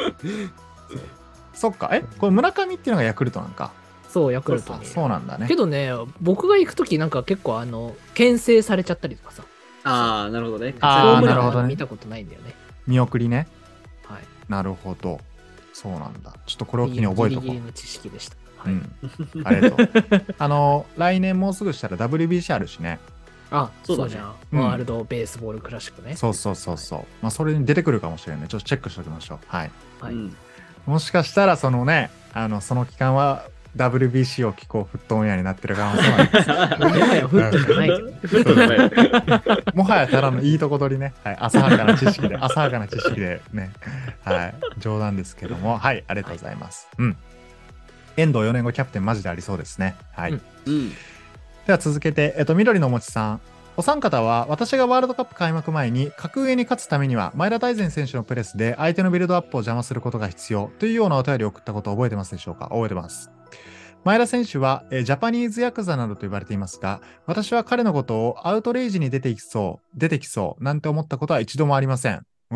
そっか。え、これ村上っていうのがヤクルトなんか。 そう、ヤクルトあに。 そうなんだねけ。どね、僕が行くときなんか結構あの、牽制されちゃったりとかさ、 ああ、なるほどね。 あーホームランなるほどねは見たことないんだよね。 見送りね。 はい。 なるほど。そうなんだ。ちょっとこれを機に覚えとこうギリギリ。の知識でした。はい。 うん。ありがとう。あの、来年もうすぐしたら ダブリュービーシー あるしね。 あ、 そだねそううじゃん。 うんワールドベースボールクラシックね。 そうそうそうそう。まあ、それに出てくるかもしれない。ちょっとチェックしておきましょう。はい。 はい。 うんもしかしたら、そのね、あの、その期間は ダブリュービーシー を聞こうフットオンエアになってる可能性もあります。 もはやフットじゃないけど。 そうだねもはやただのいいとこ取りね。はい。浅はかな知識で、浅はかな知識でね。はい。冗談ですけども。はい。ありがとうございます。うん。遠藤よねんごキャプテンマジでありそうですね。はい。 うんうん。 では続けて、えっと、緑のおもちさん。お三方は、私がワールドカップ開幕前に、格上に勝つためには、前田大然選手のプレスで相手のビルドアップを邪魔することが必要というようなお便りを送ったことを覚えてますでしょうか？覚えてます。前田選手は、えージャパニーズヤクザなどと言われていますが、私は彼のことをアウトレイジに出てきそう、出てきそうなんて思ったことは一度もありません。お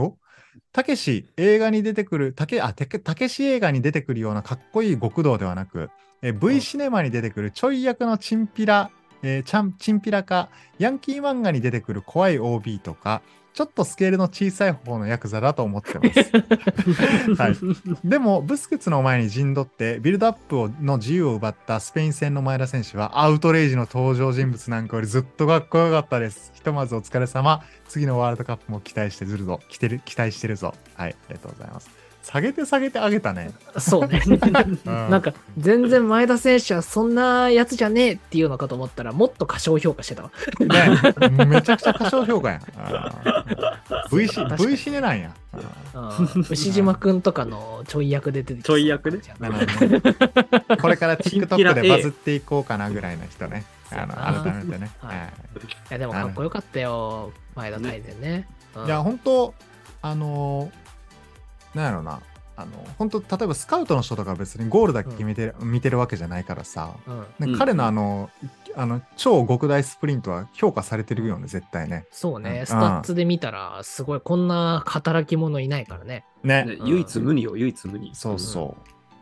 たけし映画に出てくる、たけ、あ、たけ、たけし映画に出てくるようなかっこいい極道ではなく、えー V シネマに出てくるちょい役のチンピラ、えー、チャンチンピラか、ヤンキー漫画に出てくる怖い オービー とか、ちょっとスケールの小さい方のヤクザだと思ってます。はい、でも、ブスケツの前に陣取って、ビルドアップをの自由を奪ったスペイン戦の前田選手は、アウトレイジの登場人物なんかよりずっとかっこよかったです。ひとまずお疲れ様。次のワールドカップも期待してるぞ。来てる、期待してるぞ。はい、ありがとうございます。下げて下げてあげたね。 そうね。なんか、全然前田選手はそんなやつじゃねえっていうのかと思ったら、もっと過小評価してたわ。 ね、めちゃくちゃ過小評価やん。V シ、V シネなんや。 牛島くんとかのちょい役で出てきた。 ちょい役ね。 これから TikTok でバズっていこうかなぐらいの人ね。あの改めてね。 はい、いやでもかっこよかったよ、前田大然ね。 いや、本当あのなんやろな、あの本当例えばスカウトの人とか別にゴールだけ決めて、うん、見てるわけじゃないからさ、うん、彼のあの、うん、あの超極大スプリントは評価されてるよね、絶対ね。 そうね、うん、スタッツで見たらすごい、こんな働き者いないからね。 ね、 ね、唯一無二よ、唯一無二。 そうそう。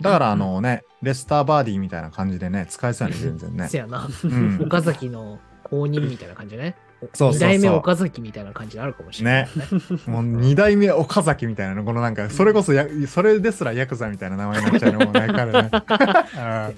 だからあのね、レスターバーディーみたいな感じでね、使えそうやね、全然ね。 せやな、うん、岡崎の公認みたいな感じね。 そうそうそう、 に代目岡崎みたいな感じになるかもしれないね。 ねもうに代目岡崎みたいなの、このなんか、それこそや、それですらヤクザみたいな名前になっちゃうのもないからね。はい、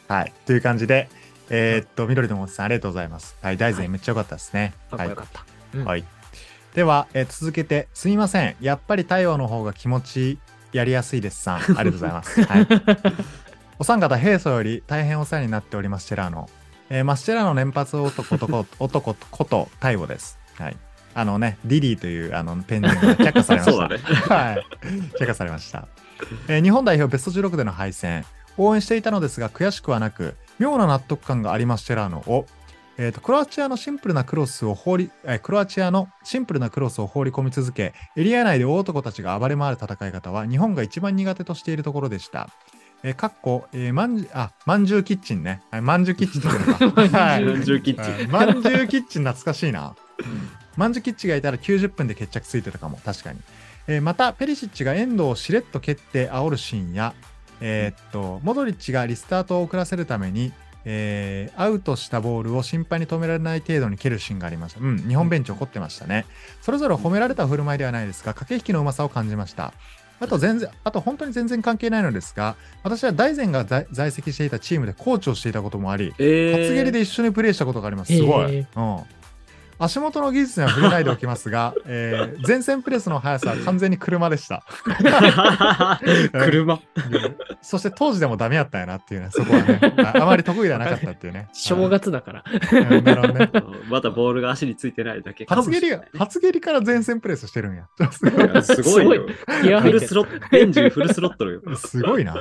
はい。という感じで、えー、っと、緑のもつさん、ありがとうございます。はい、大然めっちゃ良かったですね。 かっこよかった。 はい。はい、では、えー、続けて、すみません。やっぱり太陽の方が気持ちやりやすいですさん。ありがとうございます。はい、お三方、平素より大変お世話になっております、チェラーノ。えー、マスチェラの連発男と男こと太陽です。はい。あのね、ディディというあのペンネームが却下されました。 そうだね。 はい。却下されました。えー、日本代表ベストじゅうろくでの敗戦。応援していたのですが悔しくはなく、妙な納得感がありますチェラーノを、えーと、クロアチアのシンプルなクロスを放り、えー、クロアチアのシンプルなクロスを放り込み続け、エリア内で大男たちが暴れ回る戦い方は日本が一番苦手としているところでした。えー、かっこ、えー、まんじゅう、あ、まんじゅうキッチンね。はい、まんじゅうキッチンっていうのか。 はい。まんじゅうキッチン。 まんじゅうキッチン懐かしいな。まんじゅうキッチンがいたらきゅうじゅっぷんで決着ついてたかも。確かに。えー、また、ペリシッチが遠藤をしれっと蹴って煽るシーンや、えー、っと、モドリッチがリスタートを遅らせるために、えー、アウトしたボールを審判に止められない程度に蹴るシーンがありました。うん、日本ベンチ怒ってましたね。それぞれ褒められた振る舞いではないですが、駆け引きのうまさを感じました。あと全然、あと本当に全然関係ないのですが、私は大然が在籍していたチームでコーチをしていたこともあり、えー、初蹴りで一緒にプレーしたことがあります。すごい。えー、うん。足元の技術には触れないでおきますが、えー、前線プレスの速さは完全に車でした。 車そして当時でもダメやったんやなっていうね、そこはね。あ, あまり得意ではなかったっていうね。 正月だから。 うん、なるほどね。 まだボールが足についてないだけかもしれない。 初蹴り、初蹴りから前線プレスしてるんや。 すごいよ。フルスロット、エンジンフルスロットルよ。 すごいな。はい。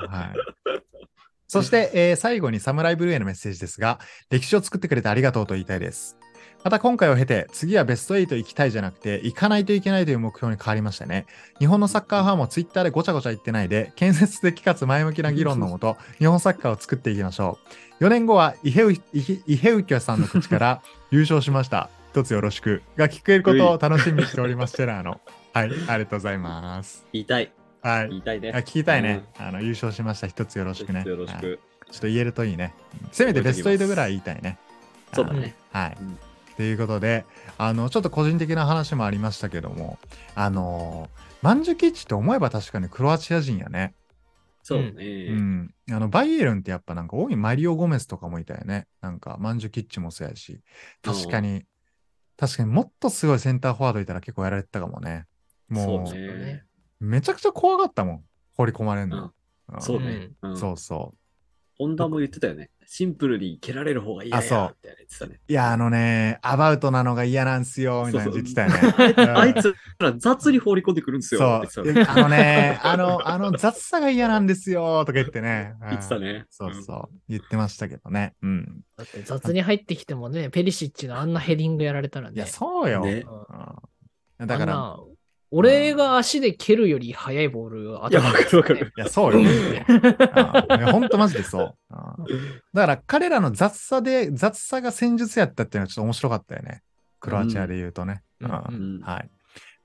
そして、えー、最後にサムライブルーへのメッセージですが、歴史を作ってくれてありがとうと言いたいです。また今回を経て、次はベストエイト行きたいじゃなくて、行かないといけないという目標に変わりましたね。日本のサッカーファンもツイッターでごちゃごちゃ言ってないで、建設的かつ前向きな議論のもと、日本サッカーを作っていきましょう。よねんごはイヘウ、イヘウキョさんの口から優勝しました。一つよろしく。が聞けることを楽しみにしております、チェラーの。はい、ありがとうございます。 言いたい。 はい。 言いたいね。 聞きたいね。うん、あの優勝しました。一つよろしくね。 一つよろしく。 ちょっと言えるといいね。せめてベストエイトぐらい言いたいね。 そうだね。 はい。うんということで、あの、ちょっと個人的な話もありましたけども、あの、マンジュキッチって思えば確かにクロアチア人やね。 そうね。 うん。あの、バイエルンってやっぱなんか多いマリオ・ゴメスとかもいたよね。なんか、マンジュキッチもそうやし。確かに、確かにもっとすごいセンターフォワードいたら結構やられてたかもね。もう、 そうね、 めちゃくちゃ怖かったもん。放り込まれるの。 うん、そうね、 うん。そうそう。 ホンダも言ってたよね。シンプルに蹴られる方が嫌やって言ってたね。 いや、あのね、アバウトなのが嫌なんすよ、みたいな言ってたよね。 あいつら雑に放り込んでくるんですよ。 そう。あのね、あの、あの雑さが嫌なんですよ、とか言ってね。 言ってたね。 そうそう。言ってましたけどね。うん。 だって雑に入ってきてもね、ペリシッチのあんなヘディングやられたらね。 いや、そうよ。 ねうん、だから、 俺が足で蹴るより速いボールを当たる、ね。いや、わかるわかる。 いや、そうよ。ほんとマジでそう。だから彼らの雑さで、雑さが戦術やったっていうのはちょっと面白かったよね。クロアチアで言うとね。はい。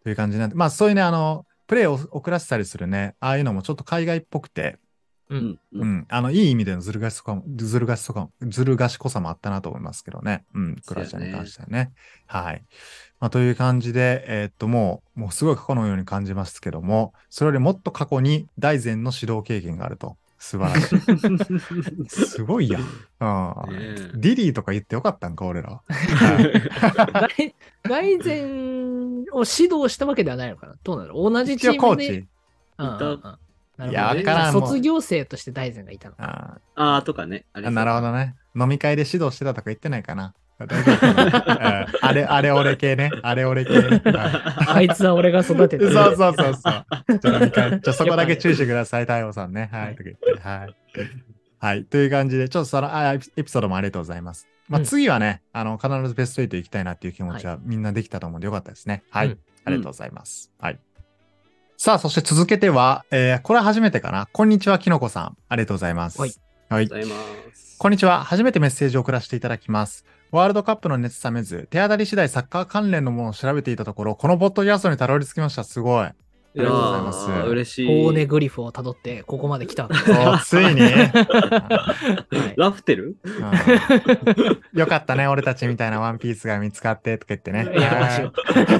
という感じなんで、まあそういうね、あの、プレイを遅らせたりするね、ああいうのもちょっと海外っぽくて、 う。 うんん。 ううん。 ん、あの、いい意味でのずる賢さも、ずる賢さも、ずる賢さもあったなと思いますけどね。うん、クロアチアに関してはね。はい。まあ、という感じで、えーっと、もう、もうすごい過去のように感じますけども、それよりもっと過去に大然の指導経験があると。素晴らしい。すごいやん。うん。 ねえディリーとか言ってよかったんか、俺ら。はい大大前を指導したわけではないのかな。どうなの同じチ一応コーームで。 チ。 うんうんうんなるほどいやわからんもう卒業生として大前がいたのか。 ああーとかね。ありあ、 そうなるほどね。飲み会で指導してたとか言ってないかな。大丈夫かなうんあれ、あれ俺系ね。あれ俺系ね。はいあいつは俺が育てた。 そうそうそうそう。じゃあ飲み会、じゃあそこだけ注意してください、太陽さんね。ははいい。とか言って。はい。はい。という感じで、ちょっとそのあエピエピソードもありがとうございます。まあ、 うん次はね、あの、必ずベストエイト行きたいなっていう気持ちはみんなできたと思うんでよかったですね。はい。 うんありがとうございます。はい。さあ、そして続けては、えーこれは初めてかな。こんにちは、きのこさん。ありがとうございます。 はい。 はい。 ありがとうございます。 こんにちは。初めてメッセージを送らせていただきます。ワールドカップの熱冷めず、手当たり次第サッカー関連のものを調べていたところ、このポッドキャストにたどり着きました。すごい。 いやありがとうございますー嬉しい。 ポーネグリフをたどってここまで来た。 おついに、 はいラフテルうんよかったね。俺たちみたいなワンピースが見つかってとか言ってね。 いやましょう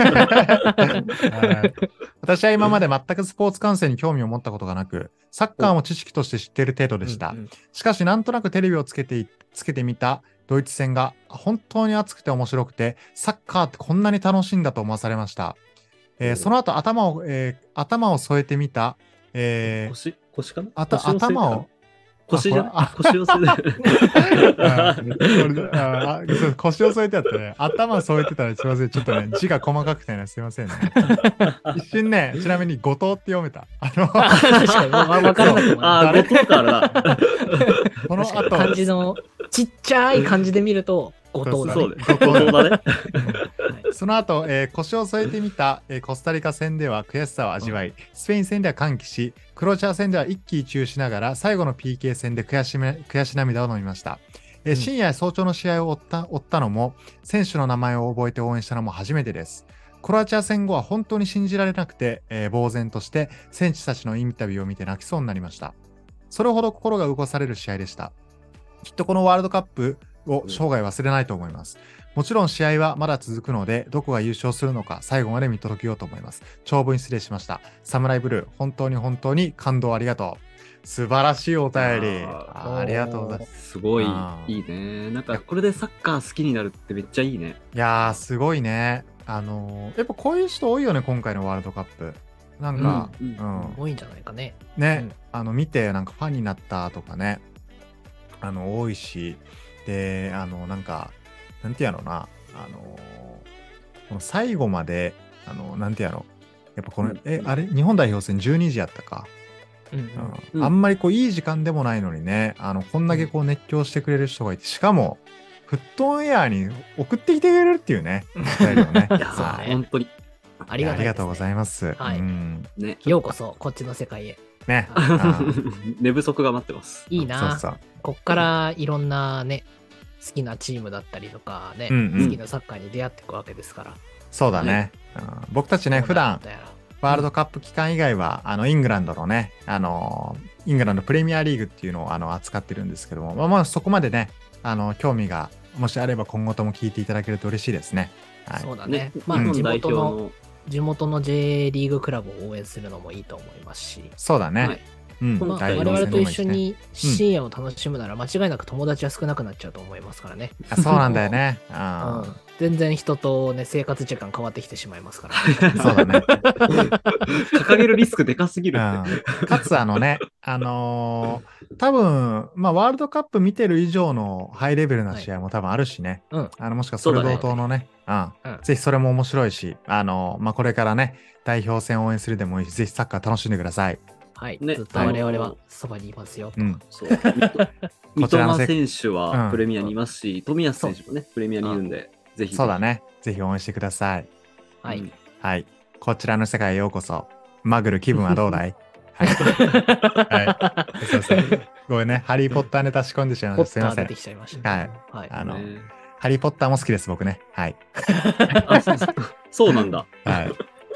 はい私は今まで全くスポーツ観戦に興味を持ったことがなく、サッカーも知識として知っている程度でした。 うんうんしかし、なんとなくテレビをつけてい、つけてみたドイツ戦が本当に熱くて面白くて、サッカーってこんなに楽しいんだと思わされました。えーその後頭を、えー頭を添えてみた、えー腰腰かなあた腰を据えて頭を、 腰じゃあない腰を据えてあ俺ああそう腰を添えてあったね。頭添えてたらすいません。ちょっとね、字が細かくてね、すいませんね。一瞬ね、ちなみに後藤って読めた。あの、 あ確かに、わわからなくもああ、 ない。 後藤からだ。 この確かに漢後、 字のちっちゃい漢字で見ると、後藤だね。 そうだよ。後藤だね。 はいその後、えー腰を添えてみた、えーコスタリカ戦では悔しさを味わい、スペイン戦では歓喜し、クロアチア戦では一喜一憂しながら、最後の ピーケー 戦で悔しめ悔し涙を飲みました。えーうん深夜や早朝の試合を追った追ったのも、選手の名前を覚えて応援したのも初めてです。クロアチア戦後は本当に信じられなくて、えー呆然として選手たちのインタビューを見て泣きそうになりました。それほど心が動かされる試合でした。きっとこのワールドカップを生涯忘れないと思います。もちろん試合はまだ続くので、どこが優勝するのか最後まで見届けようと思います。長文失礼しました。サムライブルー、本当に本当に感動ありがとう。素晴らしいお便り。 ああありがとうございます。 すごいあーいいね。なんかこれでサッカー好きになるってめっちゃいいね。 いやー、すごいね。あのーやっぱこういう人多いよね、今回のワールドカップ。なんか、 ううんん、 多いんじゃないかね。 ね、 うんあの見てなんかファンになったとかね、あの多いし、で、あのなんか、なんてやろうな、あのこの最後まで、あのなんてやろう、やっぱこの、 うんえ、あれ、日本代表戦じゅうにじやったか、 うんうんうんうんあんまりこういい時間でもないのにね、あのこんだけこう熱狂してくれる人がいて、しかも、フットオンエアに送ってきてくれるっていうね、お便りをね。 いやそうはいね本当にありがたいですねありがとうございます。 はいうん、 ね。 ようこそ、こっちの世界へ。 ね。 はうん寝不足が待ってます。 いいな。 そうそう。 こっからいろんなね、好きなチームだったりとかね、 うんうん好きなサッカーに出会っていくわけですから。 そうだね。うん僕たちね、普段、 どうなるんだやワールドカップ期間以外は、あの、イングランドのね、あの、イングランドプレミアリーグっていうのをあの扱ってるんですけども、まあ、まあ、そこまでね、あの、興味が、もしあれば今後とも聞いていただけると嬉しいですね。はい。 そうだね。 ね、 まあ、 うん地日本代表元の、 の地元の J リーグクラブを応援するのもいいと思いますし、 そうだね。 はいうん。 まあ、 代我々と表戦でもいいしね一緒に深夜を楽しむなら間違いなく友達は少なくなっちゃうと思いますからね。 あそうなんだよね。 うあん、全然人とね、生活時間変わってきてしまいますから、 ーそうだね。 掲げるリスクでかすぎるって。 うん、かつ、あのね、あのー多分、まあ、ワールドカップ見てる以上のハイレベルな試合も多分あるしね。 うんあの、もしくはそれ同等のね、うんうんぜひそれも面白いし、あのーまあ、これからね、代表戦応援するでもいいし、ぜひサッカー楽しんでください。 はい、 ねずっと我々はそばにいますよ。 うん。 そう。三こちらのせ笘選手うんはプレミアにいますし、冨安選手もね、プレミアにいるんで、ぜひ。 そうだね。ぜひ応援してください。 はい。 うんはい。こちらの世界へようこそ。マグル気分はどうだいはい。はい。そうそう。ごめんね。ハリー・ポッターネタ仕込んでしまいました。すいませんポッター出て。きちゃいました、 はい。 はい。 あの、 ねハリー・ポッターも好きです、僕ね。はい。 あそうそうそうなんだ。 はい。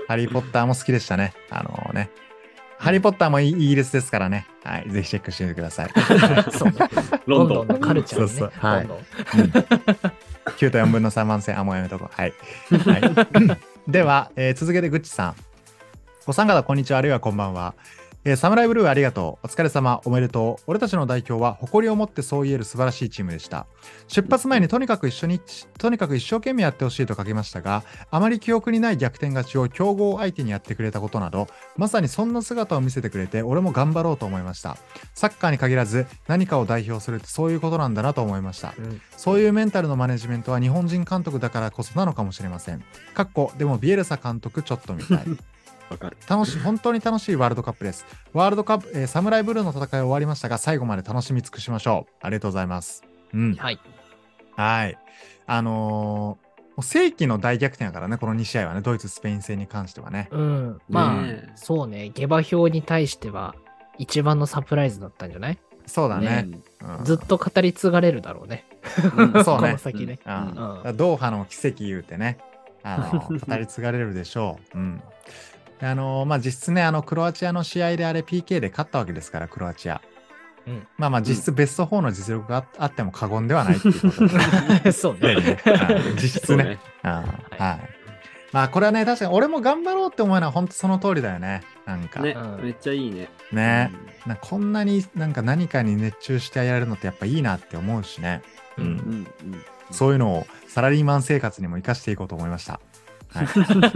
ハリー・ポッターも好きでしたね。あのね。ハリー・ポッターもイギリスですからね。はい。ぜひチェックしてみてください。 そうね。 ロンドンロンドンのカルチャーね。 そうそうはいロンドンうんきゅうとよんぶんのさんばん線、あ、もうやめとこう。はい。はい、では、えー続けてグッチさん。ご参加方、こんにちは、あるいはこんばんは。えーサムライブルーありがとう。お疲れ様。おめでとう。俺たちの代表は誇りを持ってそう言える素晴らしいチームでした。出発前にとにかく一緒に、とにかく一生懸命やってほしいと書きましたが、あまり記憶にない逆転勝ちを強豪相手にやってくれたことなど、まさにそんな姿を見せてくれて、俺も頑張ろうと思いました。サッカーに限らず、何かを代表するってそういうことなんだなと思いました。 うんそういうメンタルのマネジメントは日本人監督だからこそなのかもしれません。かっこ、でもビエルサ監督ちょっとみたい。 わかる。 楽しい、本当に楽しいワールドカップです。ワールドカップ、えーサムライブルーの戦い終わりましたが、最後まで楽しみ尽くしましょう。ありがとうございます。うん。 はい。 はい。あのーもう世紀の大逆転やからね、このに試合はね、ドイツ、スペイン戦に関してはね。 うん。まあ、 ねえそうね。下馬評に対しては一番のサプライズだったんじゃない？ そうだね。うんずっと語り継がれるだろうね。 うんそうねこの先ね。 うんうんだからドーハの奇跡言うてね、あの語り継がれるでしょう。うん。であのまあ、実質ね、あのクロアチアの試合であれ ピーケー で勝ったわけですから、クロアチア。 うんまあまあ、実質ベストフォーの実力がああっても過言ではないっていうことでそうねね。 うん実質ね。 そうね。 うんはいはい。まあ、これはね、確かに俺も頑張ろうって思うのは本当その通りだよね。なんか。 ねうん、 めっちゃいいね。 ねなんかこんなになんか何かに熱中してやれるのってやっぱいいなって思うしね。ううんうん。うんうん。 そういうのをサラリーマン生活にも生かしていこうと思いました。はい。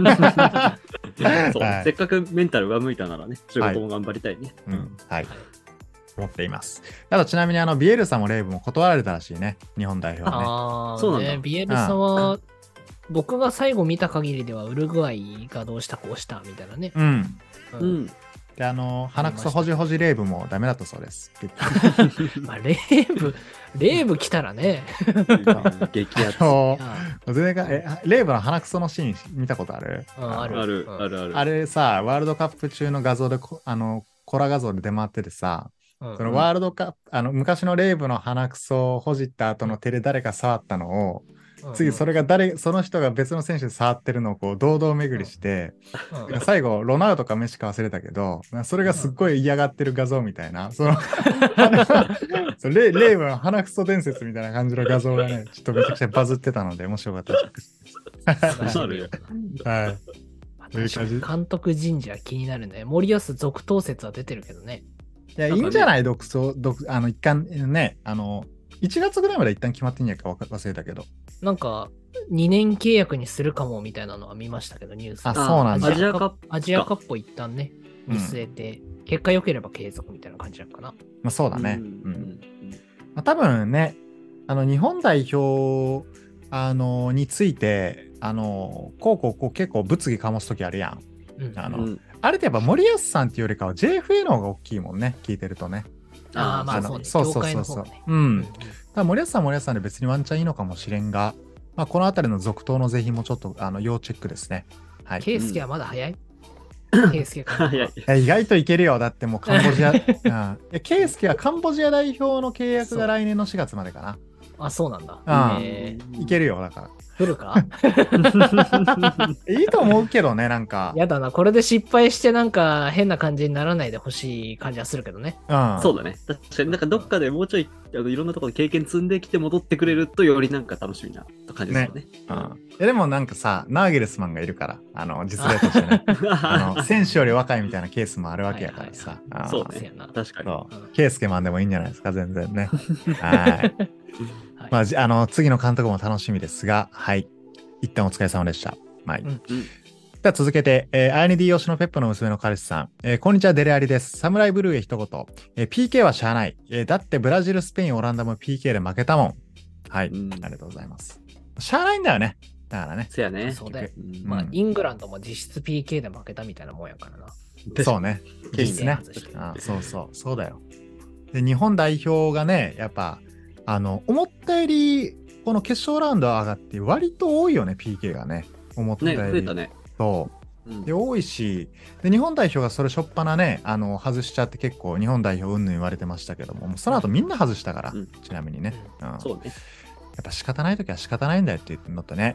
そうはいせっかくメンタルが向いたならね、仕事も頑張りたいね。 うん。はい。思っています。あとちなみにあのビエルサもレイブも断られたらしいね。日本代表はね。 ああ、 そうなんだね、ビエルサは、僕が最後見た限りでは、ウルグアイがどうしたこうしたみたいなね。 うん。 ううん。 で、あの、鼻くそほじほじレイブもダメだったそうです。 まあ、レーブ、レーブ来たらね。 激アツ。 そあう全然かえレイブの鼻くそのシーン見たことあるあるあるうんあるある。 あれさ、ワールドカップ中の画像でこ、あの、コラ画像で出回っててさ、 うんそのワールドカップ、あの、昔のレイブの鼻くそをほじった後の手で誰か触ったのを、次それが誰、その人が別の選手で触ってるのをこう堂々巡りして、 うんうん最後ロナウドかメッシか忘れたけど、それがすっごい嫌がってる画像みたいな、そのそうレイレイブの鼻くそ伝説みたいな感じの画像がね、ちょっとめちゃくちゃバズってたので面白かったです。 あるよ。 はい。 まあそういう感じ確かに監督人事は気になるね。森保続投説は出てるけどね。 いや、いいんじゃない独走、独、あの、一貫ね、あの、いちがつぐらいまで一旦決まってんやかわか忘れたけど。 なんか、にねん契約にするかもみたいなのは見ましたけど、ニュースであそうなんだアジアカップ。 アジアカップアジアカップを一旦ね、 うん見据えて、結果良ければ継続みたいな感じなのかな。 まあ、そうだね。 ううんん。まあ、多分ね、あの、日本代表、あの、について、あの、こうこうこう結構物議かもすときあるやん。 うん。 あの、 うんあれってやっぱ森保さんっていうよりかは ジェイエフエー の方が大きいもんね、聞いてるとね。 ああ、まああのそうね。 そうそう業界そうそうの方がね。 ううんん。ただ森保さんは森保さんで別にワンチャンいいのかもしれんが、まあ、このあたりの続投の是非もちょっとあの要チェックですね。はい。 ケイスケはまだ早いケイスケか。 早い。 いや意外といけるよ。だってもうカンボジア、うん、えケイスケはカンボジア代表の契約が来年のしがつまでかな。 あ、そうなんだ。 うんえーいけるよ、だから。 来るかいいと思うけどね、なんか。 やだな。これで失敗してなんか変な感じにならないでほしい感じはするけどね。 うん。 そうだね。確かになんかどっかでもうちょいあのいろんなところで経験積んできて戻ってくれるとよりなんか楽しみなと感じですよね。 うんえでもなんかさ、ナーゲルスマンがいるから、あの、実例としてね。あの、選手より若いみたいなケースもあるわけやからさ。あーそうそうやなね。確かに。 そううんケイスケマンでもいいんじゃないですか、全然ね。はい。 はいまあ、じあの、次の監督も楽しみですが、はい。一旦お疲れ様でした。はい。 うんうんでは続けて、えー、アイエヌディー 推しのペップの娘の彼氏さん。えーこんにちは、デレアリです。サムライブルーへ一言。えー ピーケー はしゃあない。えーだってブラジル、スペイン、オランダも ピーケー で負けたもん。はい。 うんありがとうございます。しゃあないんだよね。だからね。 せやね。 そうだよ。 うんまあう、んイングランドも実質 ピーケー で負けたみたいなもんやからな。 そうね。 ケイン実質ね。 外してあそうそう。そうだよ。で、日本代表がね、やっぱ、あの、思ったより、この決勝ラウンド上がって割と多いよね、ピーケー がね。思ったね、 より。 増えたね。 そう。 うんで多いしで日本代表がそれしょっぱなねあの外しちゃって結構日本代表うんぬん言われてましたけどももうその後みんな外したから、 うんちなみにね、うん、 そうね。 やっぱ仕方ない時は仕方ないんだよっていうのとね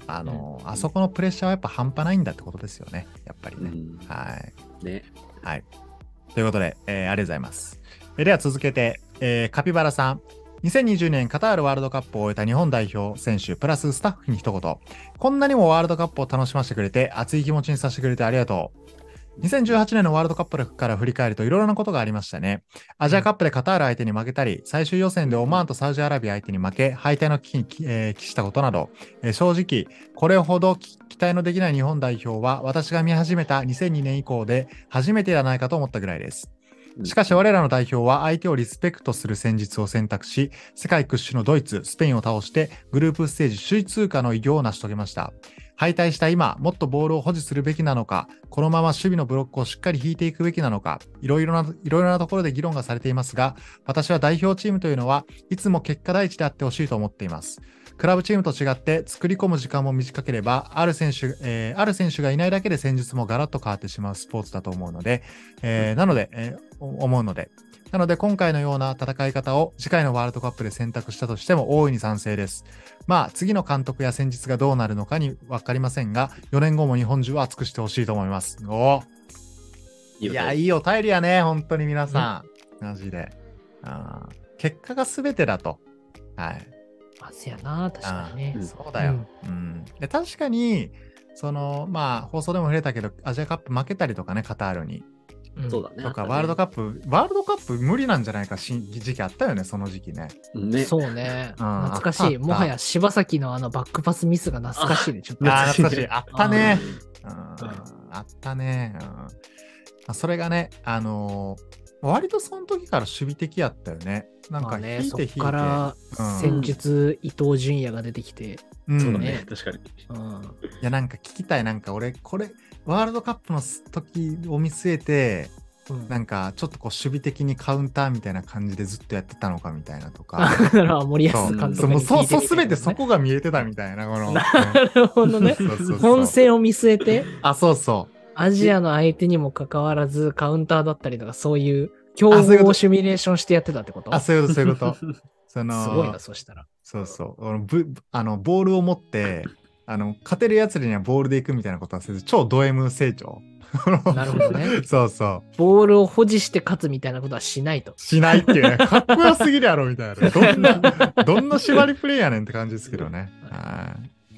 あの、あそこのプレッシャーはやっぱ半端ないんだってことですよね。やっぱりね。 うん、 はい。 ね。 はい。ということで、えー、ありがとうございます。えー、では続けて、えー、カピバラさん。にせんにじゅうねんカタールワールドカップを終えた日本代表選手プラススタッフに一言。こんなにもワールドカップを楽しませてくれて熱い気持ちにさせてくれてありがとう。にせんじゅうはちねんのワールドカップから振り返るといろいろなことがありましたね。アジアカップでカタール相手に負けたり、最終予選でオマーンとサウジアラビア相手に負け、敗退の危機に、えー、帰したことなど、えー、正直、これほど期待のできない日本代表は私が見始めたにせんにねん以降で初めてではないかと思ったぐらいです。しかし我らの代表は相手をリスペクトする戦術を選択し、世界屈指のドイツ、スペインを倒してグループステージ首位通過の偉業を成し遂げました。敗退した今、もっとボールを保持するべきなのか、このまま守備のブロックをしっかり引いていくべきなのか、いろいろな、いろいろなところで議論がされていますが、私は代表チームというのはいつも結果第一であってほしいと思っています。クラブチームと違って作り込む時間も短ければ、ある選手、えー、ある選手がいないだけで戦術もガラッと変わってしまうスポーツだと思うので、えー、なので、えー、思うので、なので今回のような戦い方を次回のワールドカップで選択したとしても大いに賛成です。まあ次の監督や戦術がどうなるのかに分かりませんが、よねんごも日本中を熱くしてほしいと思います。おいや、いいお便りやね、本当に皆さん。マジで。あ結果が全てだと。はい。 あ、せやな、確かにね。 そうだよ。うん。うん、で確かに、その、まあ放送でも触れたけど、アジアカップ負けたりとかね、カタールに。 そうだね。 とか、ワールドカップ、ワールドカップ無理なんじゃないかし時期あったよね、その時期ね。 ねそうね。懐かしい。もはや柴崎のあのバックパスミスが懐かしいで、ちょっと。 あ、懐かしい。あったね。あったね。それがね、あのー、割とその時から守備的やったよね。なんか引いて引いて。 そっから戦術、伊東純也が出てきて。 そうだね、確かに。 いや、なんか聞きたい。なんか俺、これ、ワールドカップの時を見据えて、うん、なんかちょっとこう守備的にカウンターみたいな感じでずっとやってたのかみたいなとか。 森保監督に聞いてみたいな、ね、 そう、そうすべてそこが見えてたみたいな、この。 なるほどね。そうそうそう本戦を見据えて。 あ、そうそう。 アジアの相手にもかかわらず、カウンターだったりとか、そういう競合をシミュレーションしてやってたってこと？ あ、そういうこと、そういうこと。そのすごいな、そしたら。 そうそう。あの、ボールを持って、あの、勝てるやつにはボールで行くみたいなことはせず、超ド M 成長。 なるほどね。 そうそう。 ボールを保持して勝つみたいなことはしないと。 しないっていうね。かっこよすぎるやろみたいな。どんな、どんな縛りプレイやねんって感じですけどね。はい。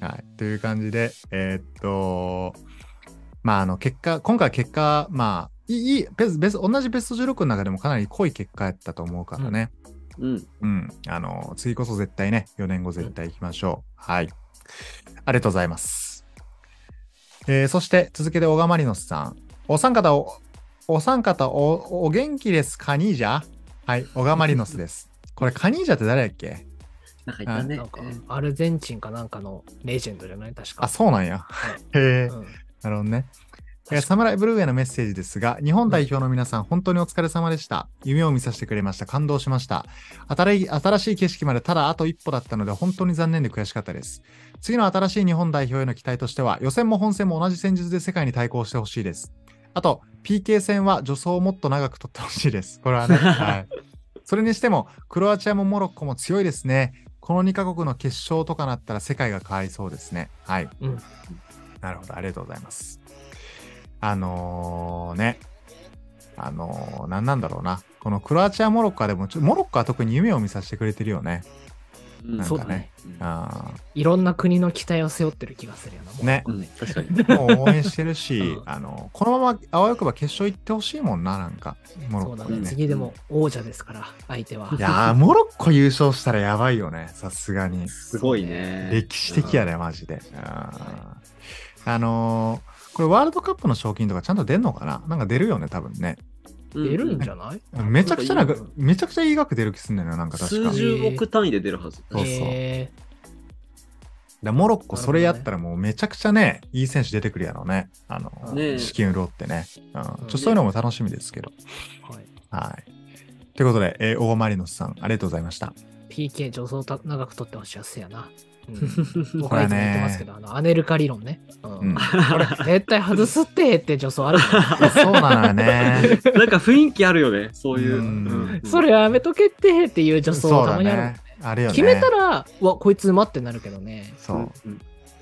はい。という感じで、えー、っと、まあ、あの、結果、今回結果、まあ、いい、ベス、ベス、同じベストじゅうろくの中でもかなり濃い結果やったと思うからね。 うん。 うん。あの、次こそ絶対ね、よねんご絶対行きましょう。はい。ありがとうございます。えー、そして続けて小川マリノスさん。お三方お、お三方お、お元気ですカニージャ？はい、小川マリノスです。これカニージャって誰だっけ？ なんかいたね。 なんかアルゼンチンかなんかのレジェンドじゃない確か。 あ、そうなんや。はい、へえ、うん、なるほどね。サムライブルーへのメッセージですが、日本代表の皆さん、うん、本当にお疲れ様でした。夢を見させてくれました。感動しました。新しい景色までただあと一歩だったので、本当に残念で悔しかったです。次の新しい日本代表への期待としては、予選も本戦も同じ戦術で世界に対抗してほしいです。あと、ピーケー 戦は助走をもっと長く取ってほしいです。これはね。はい。それにしても、クロアチアもモロッコも強いですね。このにカ国の決勝とかなったら世界が変わりそうですね。はい。うん、なるほど。ありがとうございます。あのー、ね、あのー、何なんだろうな。このクロアチア、モロッコでも、モロッコは特に夢を見させてくれてるよね。 うん、なんかね、そうだね。あいろんな国の期待を背負ってる気がするよな。 ね。 うん、確かに。 もう応援してるし、うん、あの、このままあわよくば決勝行ってほしいもんな、なんか。モロッコね。 そうだね。次でも王者ですから、相手は。 いやー、モロッコ優勝したらやばいよね、さすがに。 すごいね。 歴史的やね、マジで。あ, あのー、これワールドカップの賞金とかちゃんと出んのかな？なんか出るよね、多分ね。 出るんじゃない？ めちゃくちゃなんか、めちゃくちゃいい額出る気すんだよな、なんか確か。 数十億単位で出るはず。 そうそう。だモロッコそれやったらもうめちゃくちゃね、いい選手出てくるやろうね。あの、ね、資金潤ってね。うん。ちょっとそういうのも楽しみですけど。はい。はい。ということで、えー、オーマリノスさん、ありがとうございました。 ピーケー 助走た長く取ってほしいやつやな。うん、僕はいつも言ってますけど、あのアネルカ理論ね。うんうん、これ絶対外すってって助走あるそうなのよね。 なんか雰囲気あるよね、そういう。うんうん、それやめとけってっていう助走たまにある、 ね。あるよね。 決めたら、わ、こいつうまってなるけどね。 そう。 うん、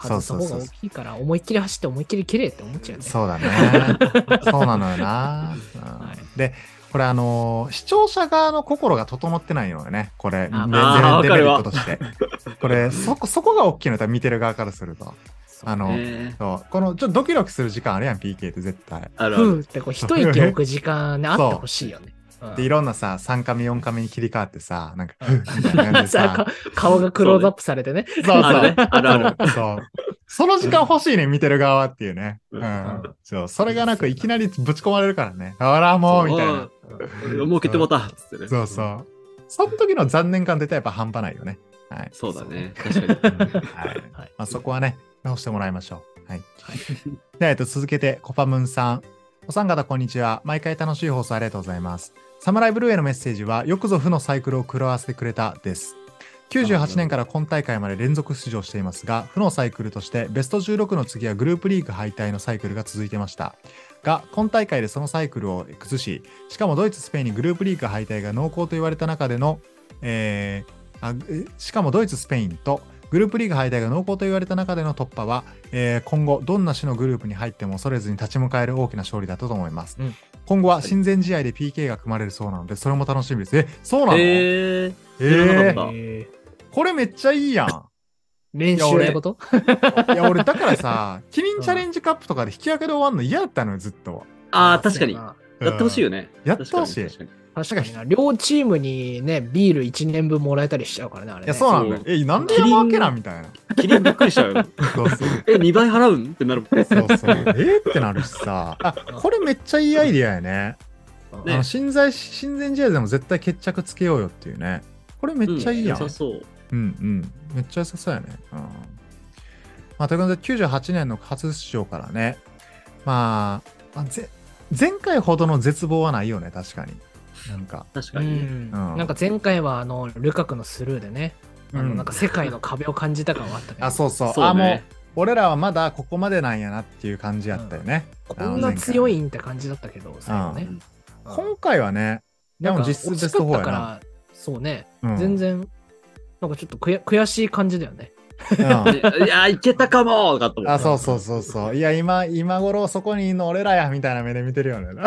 外す方が大きいから思いっきり走って思いっきり綺麗って思っちゃうね。 そうだね。そうなのよな。うんはい、 で、これあのー視聴者側の心が整ってないのよね。これ、 あデまあデメリットわとして。これ、そこ、そこが大きいのだ、見てる側からすると。あの、 ねそうこのちょっとドキドキする時間あるやん ピーケー って絶対あるある。 ふうってこう一息置く時間ねあってほしいよね。うんでいろんなささんカメよんカメに切り替わってさなんかふうみたいな感じでささか顔がクローズアップされてね。 そうそうあるねあるあるそうそうその時間欲しいね見てる側はっていうね、ううんん、 そうそれがなくいきなりぶち込まれるからねあらもうみたいなな。もう決定ボタンっつってね。 そうそうその時の残念感ってやっぱ半端ないよね。はい。 そうだね。確かに。 うんはい。 はいまあ、そこはね、直してもらいましょう。はい。では、えっと、続けて、コパムンさん。お三方、こんにちは。毎回楽しい放送ありがとうございます。サムライブルーへのメッセージは、よくぞ負のサイクルを狂わせてくれたです。きゅうじゅうはちねんから今大会まで連続出場していますが、負のサイクルとしてベストじゅうろくの次はグループリーグ敗退のサイクルが続いてました。が、今大会でそのサイクルを崩し、しかもドイツ、スペインにグループリーグ敗退が濃厚と言われた中での、えーあえしかもドイツ、スペインとグループリーグ敗退が濃厚と言われた中での突破は、えー今後どんな種のグループに入っても恐れずに立ち向かえる大きな勝利だったと思います。 うん今後は親善試合で ピーケー が組まれるそうなので、それも楽しみです。え、そうなの？ へえ。 え知らなかーったえこれめっちゃいいやん。 練習ってこと？ いや、俺だからさ、キリンチャレンジカップとかで引き分けで終わんの嫌だったのよ、ずっと。 ああ、確かに。 そうややってほしいよね。 やってほしい確かに確かな確かにな。両チームにね、ビールいちねんぶんもらえたりしちゃうからね、あれね。 いや、そうなんだよ。え、なんで山分けなんみたいな。 にキリンびっくりしちゃうよ。 そうそう。 え、にばい払うんってなるもん。 そうそう。えーってなるしさ。あ、これめっちゃいいアイディアやね。 ねあの親在親善試合でも絶対決着つけようよっていうね。これめっちゃいいやん。 良さそう。 うんうん。めっちゃ良さそうやね。うん。まあ、ということで、きゅうじゅうはちねんの初出場からね。まあ、まあぜ前回ほどの絶望はないよね、確かに。なんか。 う確かにね。 ん。 うんなんか前回はあの、ルカクのスルーでね、あのうんなんか世界の壁を感じた感はあったけど、 あ、そうそう。 そうねあ、もう、俺らはまだここまでなんやなっていう感じやったよね。 こんな強いんって感じだったけど、最後ね。 うんうん今回はね、でなんかも実質ベストフォーやな。 惜しかったから、そうね、 うん全然、なんかちょっと悔悔しい感じだよね。 うんねいや、いけたかもかと思あ、 った。 そうそうそうそう。いや、今、今頃そこにいんの俺らや、みたいな目で見てるよね。うん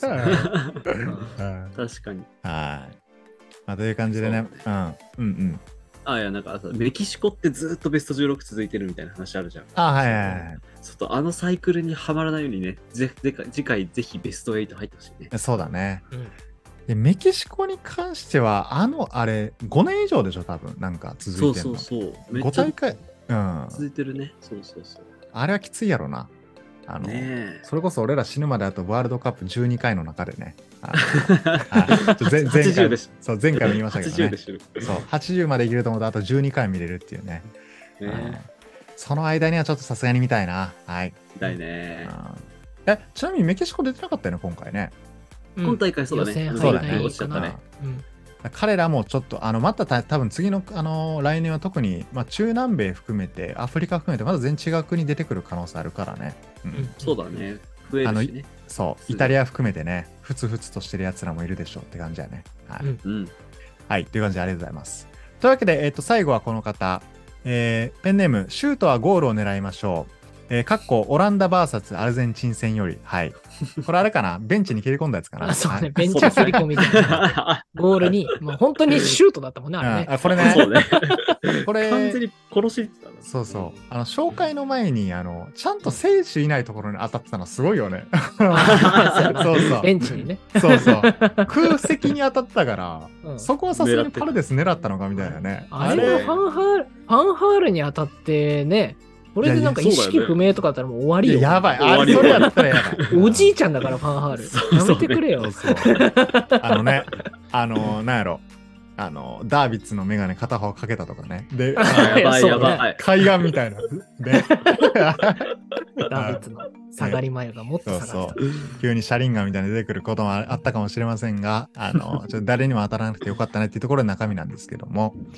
はい。 確かに。 まあ、という感じでね。うん。うんうん。 あ、いや、なんかさ、メキシコってずっとベストじゅうろく続いてるみたいな話あるじゃん。 あ、はいはいはい。 ちょっとあのサイクルにはまらないようにね、ぜぜか次回ぜひベストはち入ってほしいね。 そうだね。 うんでメキシコに関しては、あの、あれ、ごねん以上でしょ、多分。なんか続いてるの。 そうそうそう。めっごちゃ大会。うん。 続いてるね。そうそうそう。 あれはきついやろな。あの、 ねえ。 それこそ俺ら死ぬまであとワールドカップじゅうにかいの中でね。あのはいちょ前前はちじゅう回でしそう前回も言いましたけはちじゅうどね。 でしょ。 そうはちじゅうまで生きると思うとあとじゅうにかい見れるっていうね。 ねうんその間にはちょっとさすがに見たいな。はい。 え。だいね。 うんえちなみにメキシコ出てなかったよね今回ね。 うん今大会そうだね。 予選そうだね敗退落ちちゃったねかな。うん彼らもちょっとあのまたた多分次のあの来年は特に、まあ、中南米含めてアフリカ含めてまだ全然違う国出てくる可能性あるからね。うんうんそうだね。増えるしね。 そうイタリア含めてねふつふつとしてるやつらもいるでしょうって感じやね。はい。 うんうん。 はい、という感じでありがとうございます。というわけで、えっと、最後はこの方、えーペンネーム、シュートはゴールを狙いましょう。えー、かっこオランダ ブイエス アルゼンチン戦より、はい。これあれかなベンチに切り込んだやつかなあそうね、 はいベンチ切り込みみたいな。ゴールに、もう本当にシュートだったもんね、あれね。 うんあこれね、 そうね。 これ、 完全に殺しってたな。 そうそう。あの、紹介の前に、あの、ちゃんと選手いないところに当たってたのすごいよね。そうそう。 ベンチにね。 そうそう。空席に当たったから、 うんそこはさすがにパルデス狙ったのかみたいなね。 あれはファンハール、ファンハールに当たってね、これでなんか意識不明とかだったらもう終わりよ。 いややばい。あれ、 終わりよそれやったらやばい。 おじいちゃんだから、ファンハール。 そうやめてくれよ。 そうそうあのね、あの、なんやろ。あの、ダービッツのメガネ片方かけたとかね。で、 あやばいそうねやばい。 海岸みたいな。で、 ダービッツの下がり眉がもっとそう下がってそう。急に車輪ガンみたいなの出てくることもああったかもしれませんが、あの、ちょっと誰にも当たらなくてよかったねっていうところの中身なんですけども、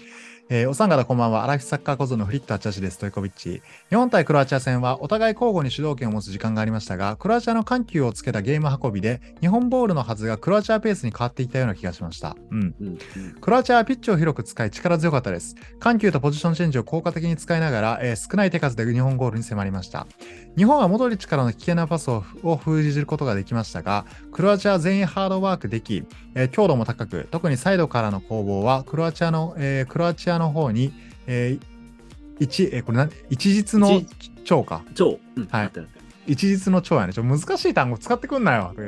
えー、お三方こんばんは。アラフィフサッカー小僧のフリッターチャシです。トイコビッチ。日本対クロアチア戦はお互い交互に主導権を持つ時間がありましたが、クロアチアの緩急をつけたゲーム運びで、日本ボールのはずがクロアチアペースに変わっていったような気がしました。うん。うんうん、クロアチアはピッチを広く使い力強かったです。緩急とポジションチェンジを効果的に使いながら、えー、少ない手数で日本ゴールに迫りました。日本はモドリッチからの危険なパスを封じることができましたが、クロアチアは全員ハードワークでき、えー、強度も高く、特にサイドからの攻防はクロアチアの、えー、クロアチアの方にえー、一、えー、これ何一日の長か。 長。うん、 はい。一日の長やね。ちょ難しい単語使ってくんなよとか言って。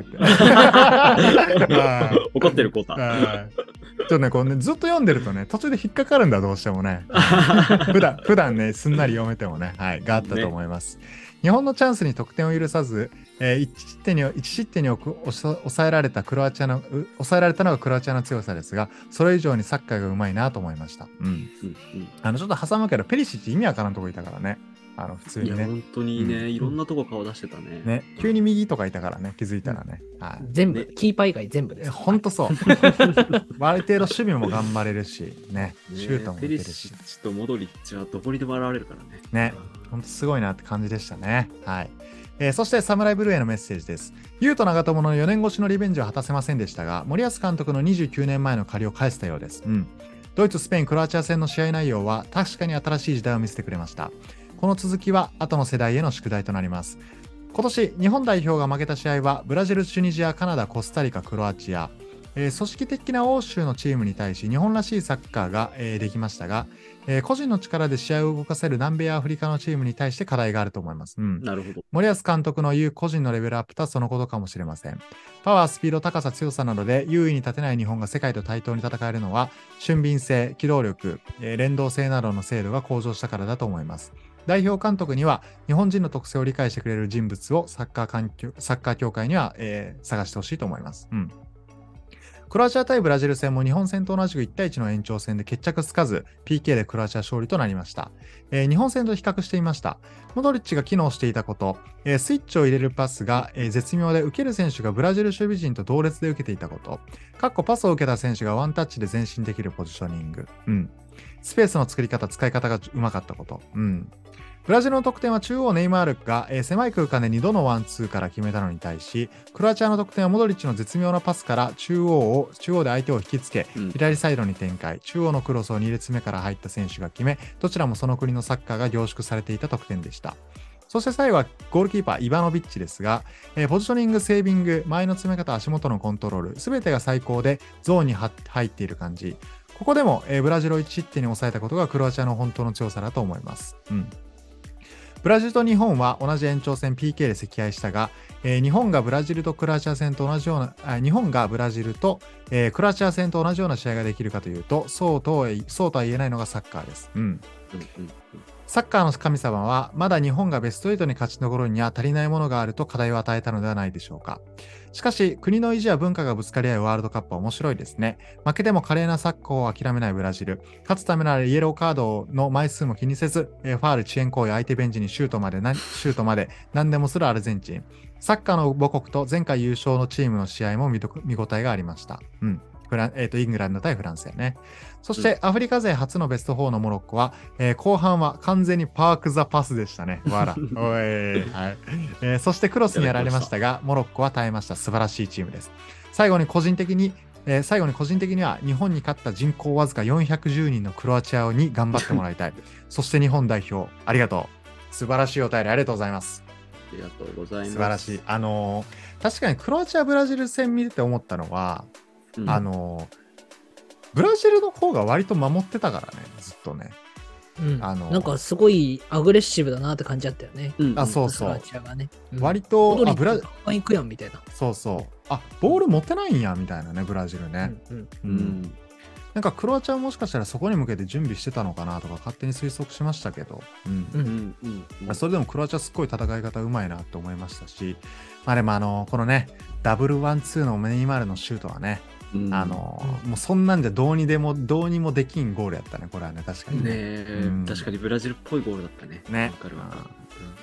怒ってるコータ。 ちょっとね、こうね、ずっと読んでるとね、途中で引っかかるんだ、どうしてもね。普段、普段ね、すんなり読めてもね、はい、があったと思います。ね、日本のチャンスに得点を許さず、えー、いち失点に、いち失点に抑えられたクロアチアの、抑えられたのがクロアチアの強さですが、それ以上にサッカーがうまいなと思いました。うん。うんうん、あの、ちょっと挟むけど、ペリシッチ意味わからんとこいたからね。あの、普通にね。いや、 本当にね、うん、いろんなとこ顔出してたね。 ね、急に右とかいたからね、気づいたらね。 うん、はい、全部、ね、キーパー以外全部です。 ほんとそう。ある程度守備も頑張れるし、ね、シュートも打てるし。 ペリシッチとモドリッチはどこにでも現れるからね。 ね、ほんとすごいなって感じでしたね。はい。えー、そしてサムライブルーへのメッセージです。ユウと長友のよねん越しのリベンジは果たせませんでしたが、森保監督のにじゅうきゅうねんまえの借りを返したようです。うん。ドイツ、スペイン、クロアチア戦の試合内容は確かに新しい時代を見せてくれました。この続きは後の世代への宿題となります。今年、日本代表が負けた試合はブラジル、チュニジア、カナダ、コスタリカ、クロアチア。えー、組織的な欧州のチームに対し日本らしいサッカーが、えー、できましたが、えー、個人の力で試合を動かせる南米やアフリカのチームに対して課題があると思います。うん、 なるほど。 森保監督の言う個人のレベルアップとはそのことかもしれません。パワー、スピード、高さ、強さなどで優位に立てない日本が世界と対等に戦えるのは、俊敏性、機動力、えー、連動性などの精度が向上したからだと思います。代表監督には日本人の特性を理解してくれる人物をサッカー環境、サッカー協会には、えー、探してほしいと思います。うん。クロアチア対ブラジル戦も日本戦と同じくいちたいいちの延長戦で決着つかず ピーケー でクロアチア勝利となりました、えー、日本戦と比較してみました。モドリッチが機能していたこと、えー、スイッチを入れるパスが、えー、絶妙で受ける選手がブラジル守備陣と同列で受けていたこと、かっこパスを受けた選手がワンタッチで前進できるポジショニング、うん、スペースの作り方、使い方がうまかったこと、うん、ブラジルの得点は中央ネイマールが、えー、狭い空間でにどのワンツーから決めたのに対し、クロアチアの得点はモドリッチの絶妙なパスから中央を中央で相手を引きつけ、うん、左サイドに展開、中央のクロスをに列目から入った選手が決め、どちらもその国のサッカーが凝縮されていた得点でした。そして最後はゴールキーパーイバノビッチですが、えー、ポジショニング、セービング、前の詰め方、足元のコントロール、すべてが最高でゾーンに入っている感じ。ここでも、えー、ブラジルをいち失点に抑えたことがクロアチアの本当の強さだと思います。うん。ブラジルと日本は同じ延長戦 ピーケー で惜敗したが、えー、日本がブラジルとクロアチア戦と同じような、あ日本がブラジルと、えー、クロアチア戦と同じような試合ができるかというと、そうとは、そうとは言えないのがサッカーです。うん。うんうんうんサッカーの神様はまだ日本がベストはちに勝ち残るには足りないものがあると課題を与えたのではないでしょうか。しかし国の意地や文化がぶつかり合うワールドカップは面白いですね。負けても華麗なサッカーを諦めないブラジル、勝つためならイエローカードの枚数も気にせず、ファール、遅延行為、相手ベンチにシュートまでシュートまで何でもするアルゼンチン。サッカーの母国と前回優勝のチームの試合も見応えがありました。うんフランえー、とイングランド対フランスやね。そしてアフリカ勢初のベストよんのモロッコは、えー、後半は完全にパーク・ザ・パスでしたね。わら。おい、はいえー。そしてクロスにやられましたが、モロッコは耐えました。素晴らしいチームです。最後に個人的に、えー、最後に個人的には日本に勝った人口わずかよんひゃくじゅうにんのクロアチアに頑張ってもらいたい。そして日本代表、ありがとう。素晴らしいお便りありがとうございます。 ありがとうございます。 素晴らしい。あのー、確かにクロアチア・ブラジル戦見てて思ったのは、うん、あのブラジルの方が割と守ってたからね、ずっとね。 うん、あのなんかすごいアグレッシブだなって感じだったよね。 うん、あ、そうそう。 クロアチアがね、うん、 割とあブラジル行くやんみたいな。 そうそう。あ、ボール持ってないんやみたいなね、ブラジルね。うん。うんうん、なんかクロアチアはもしかしたらそこに向けて準備してたのかなとか勝手に推測しましたけど、うんうんうんうん、それでもクロアチアすっごい戦い方うまいなと思いましたし、まあでもあのこのねダブルワンツーのネイマールのシュートはね。うん、あのもうそんなんじゃどうにでもどうにもできんゴールやったね、これはね、確かにね。 ね、うん、確かにブラジルっぽいゴールだったね。 ね。 わかるわかる。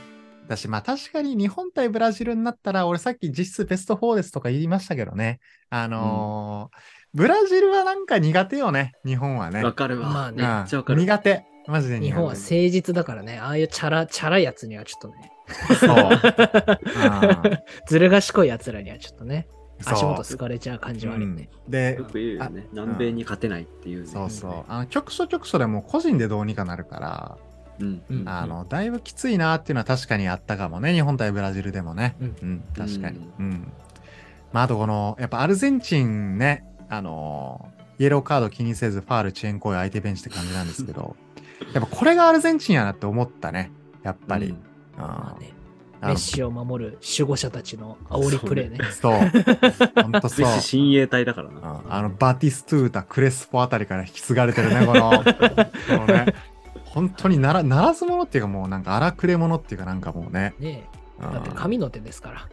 だし、まあ確かに日本対ブラジルになったら、俺さっき実質ベストフォーですとか言いましたけどね。あのーうん、ブラジルはなんか苦手よね、日本はね。 わかるわ。 まあね、 めっちゃわかる。 苦手。マジで苦手。 日本は誠実だからね、ああいうチャラ、チャラいやつにはちょっとね。 そう。 ずる賢いやつらにはちょっとね、足元すかれちゃう感じはあるよね。 うん、で、 よく言うよね。南米に勝てないっていう、ね。 そうそう。あの局所局所でも個人でどうにかなるから、 うんあのだいぶきついなっていうのは確かにあったかもね、日本対ブラジルでもね。うん、うん、確かに。うん。うん、まあ、あとこの、やっぱアルゼンチンね、あの、イエローカード気にせずファール遅延行為相手ベンチって感じなんですけど、やっぱこれがアルゼンチンやなって思ったね、やっぱり。うん、 まあね、メッシを守る守護者たちの煽りプレーね。 そう。本当そう。 メッシ親衛隊だからな。 あの、バティストゥータ、クレスポあたりから引き継がれてるね、この、このね。本当になら、ならず者っていうかもうなんか荒くれ者っていうかなんかもうね。 ねえ。だって神の手ですから。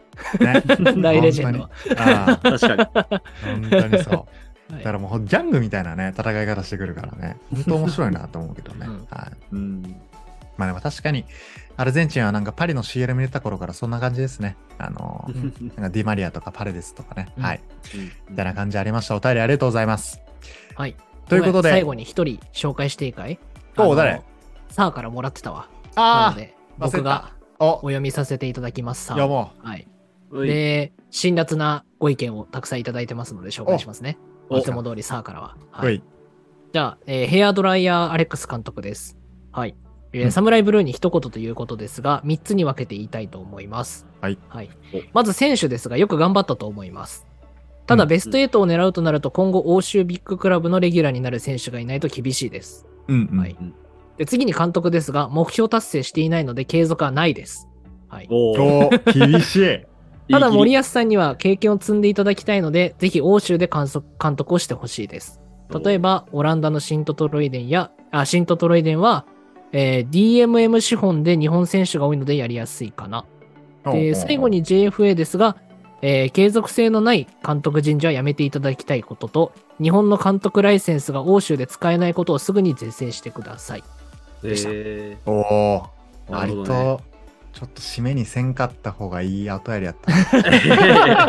ね。大レジェンド。 ああ、確かに。 本当にそう。だからもうギャングみたいなね、戦い方してくるからね。本当面白いなと思うけどね。うん、はい。うん。まあでも確かに、アルゼンチンはなんかパリの シーエル 見れた頃からそんな感じですね。あの、なんかディマリアとかパレデスとかね。うん、はい。みたいな感じありました。お便りありがとうございます。 はい。 ということで。 最後に一人紹介していいかい？ おう、誰？ サーからもらってたわ。 ああ。なので僕がお読みさせていただきます。 読もう。はい。で、辛辣なご意見をたくさんいただいてますので紹介しますね。いつも通りサーからは。はい。じゃあ、えー、ヘアドライヤーアレックス監督です。はい。えー、サムライブルーに一言ということですが、みっつに分けて言いたいと思います。 はい。 はい。まず選手ですが、よく頑張ったと思います。ただ、ベストエイトを狙うとなると、今後、欧州ビッグクラブのレギュラーになる選手がいないと厳しいです。 うんうん、 はい。で、次に監督ですが、目標達成していないので継続はないです。はい。 おー、厳しい。 ただ、森保さんには経験を積んでいただきたいので、ぜひ欧州で監督をしてほしいです。例えば、オランダのシントトロイデンや、あ、シントトロイデンは、えー、ディーエムエム 資本で日本選手が多いのでやりやすいかな。で、最後に ジェイエフエー ですが、えー、継続性のない監督人事はやめていただきたいことと、日本の監督ライセンスが欧州で使えないことをすぐに是正してください。でした。 えー、おー、割と、ね、ちょっと締めにせんかった方がいい後やりやった。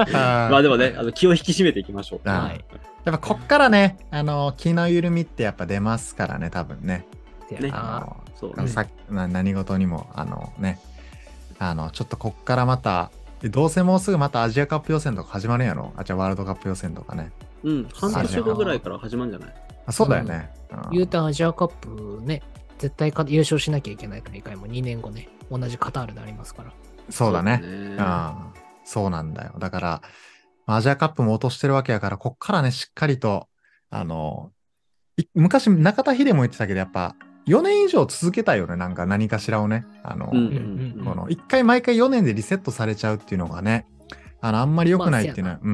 まあでもね、あの気を引き締めていきましょう。 はい。やっぱこっからね、あの気の緩みってやっぱ出ますからね、多分ね。 ね、 あのそうね、さな何事にもあのね、あのちょっとこっからまたどうせもうすぐまたアジアカップ予選とか始まるんやろ。あ、じゃあワールドカップ予選とかね。 うん、半年後ぐらいから始まるんじゃない？ あ、そうだよね。 うん、言うたアジアカップね、絶対優勝しなきゃいけない大会もにねんごね、同じカタールでありますから。 そうだね。そうだね。ああ、そうなんだよ。だからアジアカップも落としてるわけやから、こっからねしっかりとあの昔中田秀も言ってたけど、やっぱよねん以上続けたいよね、なんか何かしらをね。あの、うんうんうん、このいっかい毎回よねんでリセットされちゃうっていうのがね、あのあんまり良くないっていうのは、まあ、うん、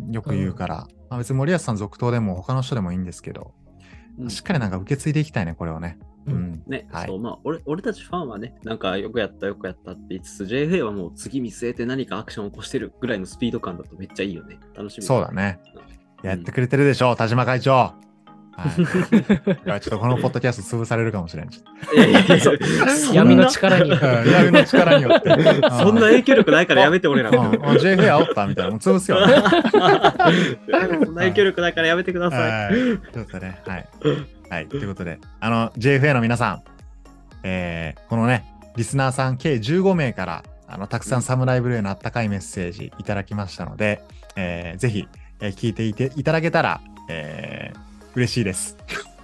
よく言うから、うん、まあ、別に森保さん続投でも他の人でもいいんですけど、うん、しっかりなんか受け継いでいきたいね、これをね。 うん。ね、はい、そう、まあ俺、俺たちファンはね、なんかよくやったよくやったって言いつつ、ジェイエフエー はもう次見据えて何かアクションを起こしてるぐらいのスピード感だとめっちゃいいよね。楽しみ。 そうだね。うん、やってくれてるでしょう、田島会長。はい、いやちょっとこのポッドキャスト潰されるかもしれん。 闇の力に。 闇の力によって。 そんな影響力ないからやめて俺ら。 ジェイエフエー 煽ったみたいな。もう潰すよ、ね。 そんな影響力ないからやめてください。 ということでね。はい。はい。ということで、あの、ジェイエフエー の皆さん、えー、このね、リスナーさん計じゅうごめいから、あの、たくさんサムライブルーのあったかいメッセージいただきましたので、えー、ぜひ、えー、聞いていていただけたら、えー、嬉しいです。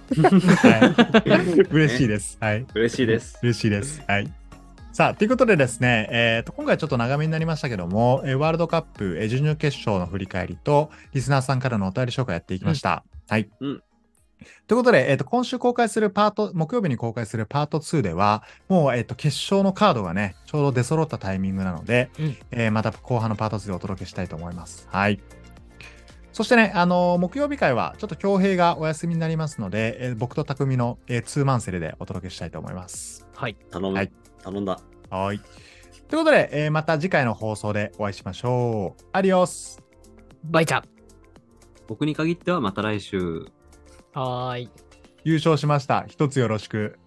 はい、嬉しいです。はい。 嬉しいです。 嬉しいです。はい。さあ、ということでですね、えーと、今回ちょっと長めになりましたけども、えー、ワールドカップ、えー、準々決勝の振り返りと、リスナーさんからのお便り紹介やっていきました。うん、はい。うん、ということで、えーと、今週公開するパート、木曜日に公開するパートツーでは、もう、えーと、決勝のカードがね、ちょうど出揃ったタイミングなので、うん、えー、また後半のパートツーでお届けしたいと思います。はい。そしてね、あのー、木曜日会はちょっと恭平がお休みになりますので、えー、僕と匠の、えー、ツーマンセルでお届けしたいと思います。 はい。 頼む。はい、頼んだ。 はい。ということで、えー、また次回の放送でお会いしましょう。アディオス。 バイチャ。 僕に限ってはまた来週。 はーい。 優勝しました。一つよろしく。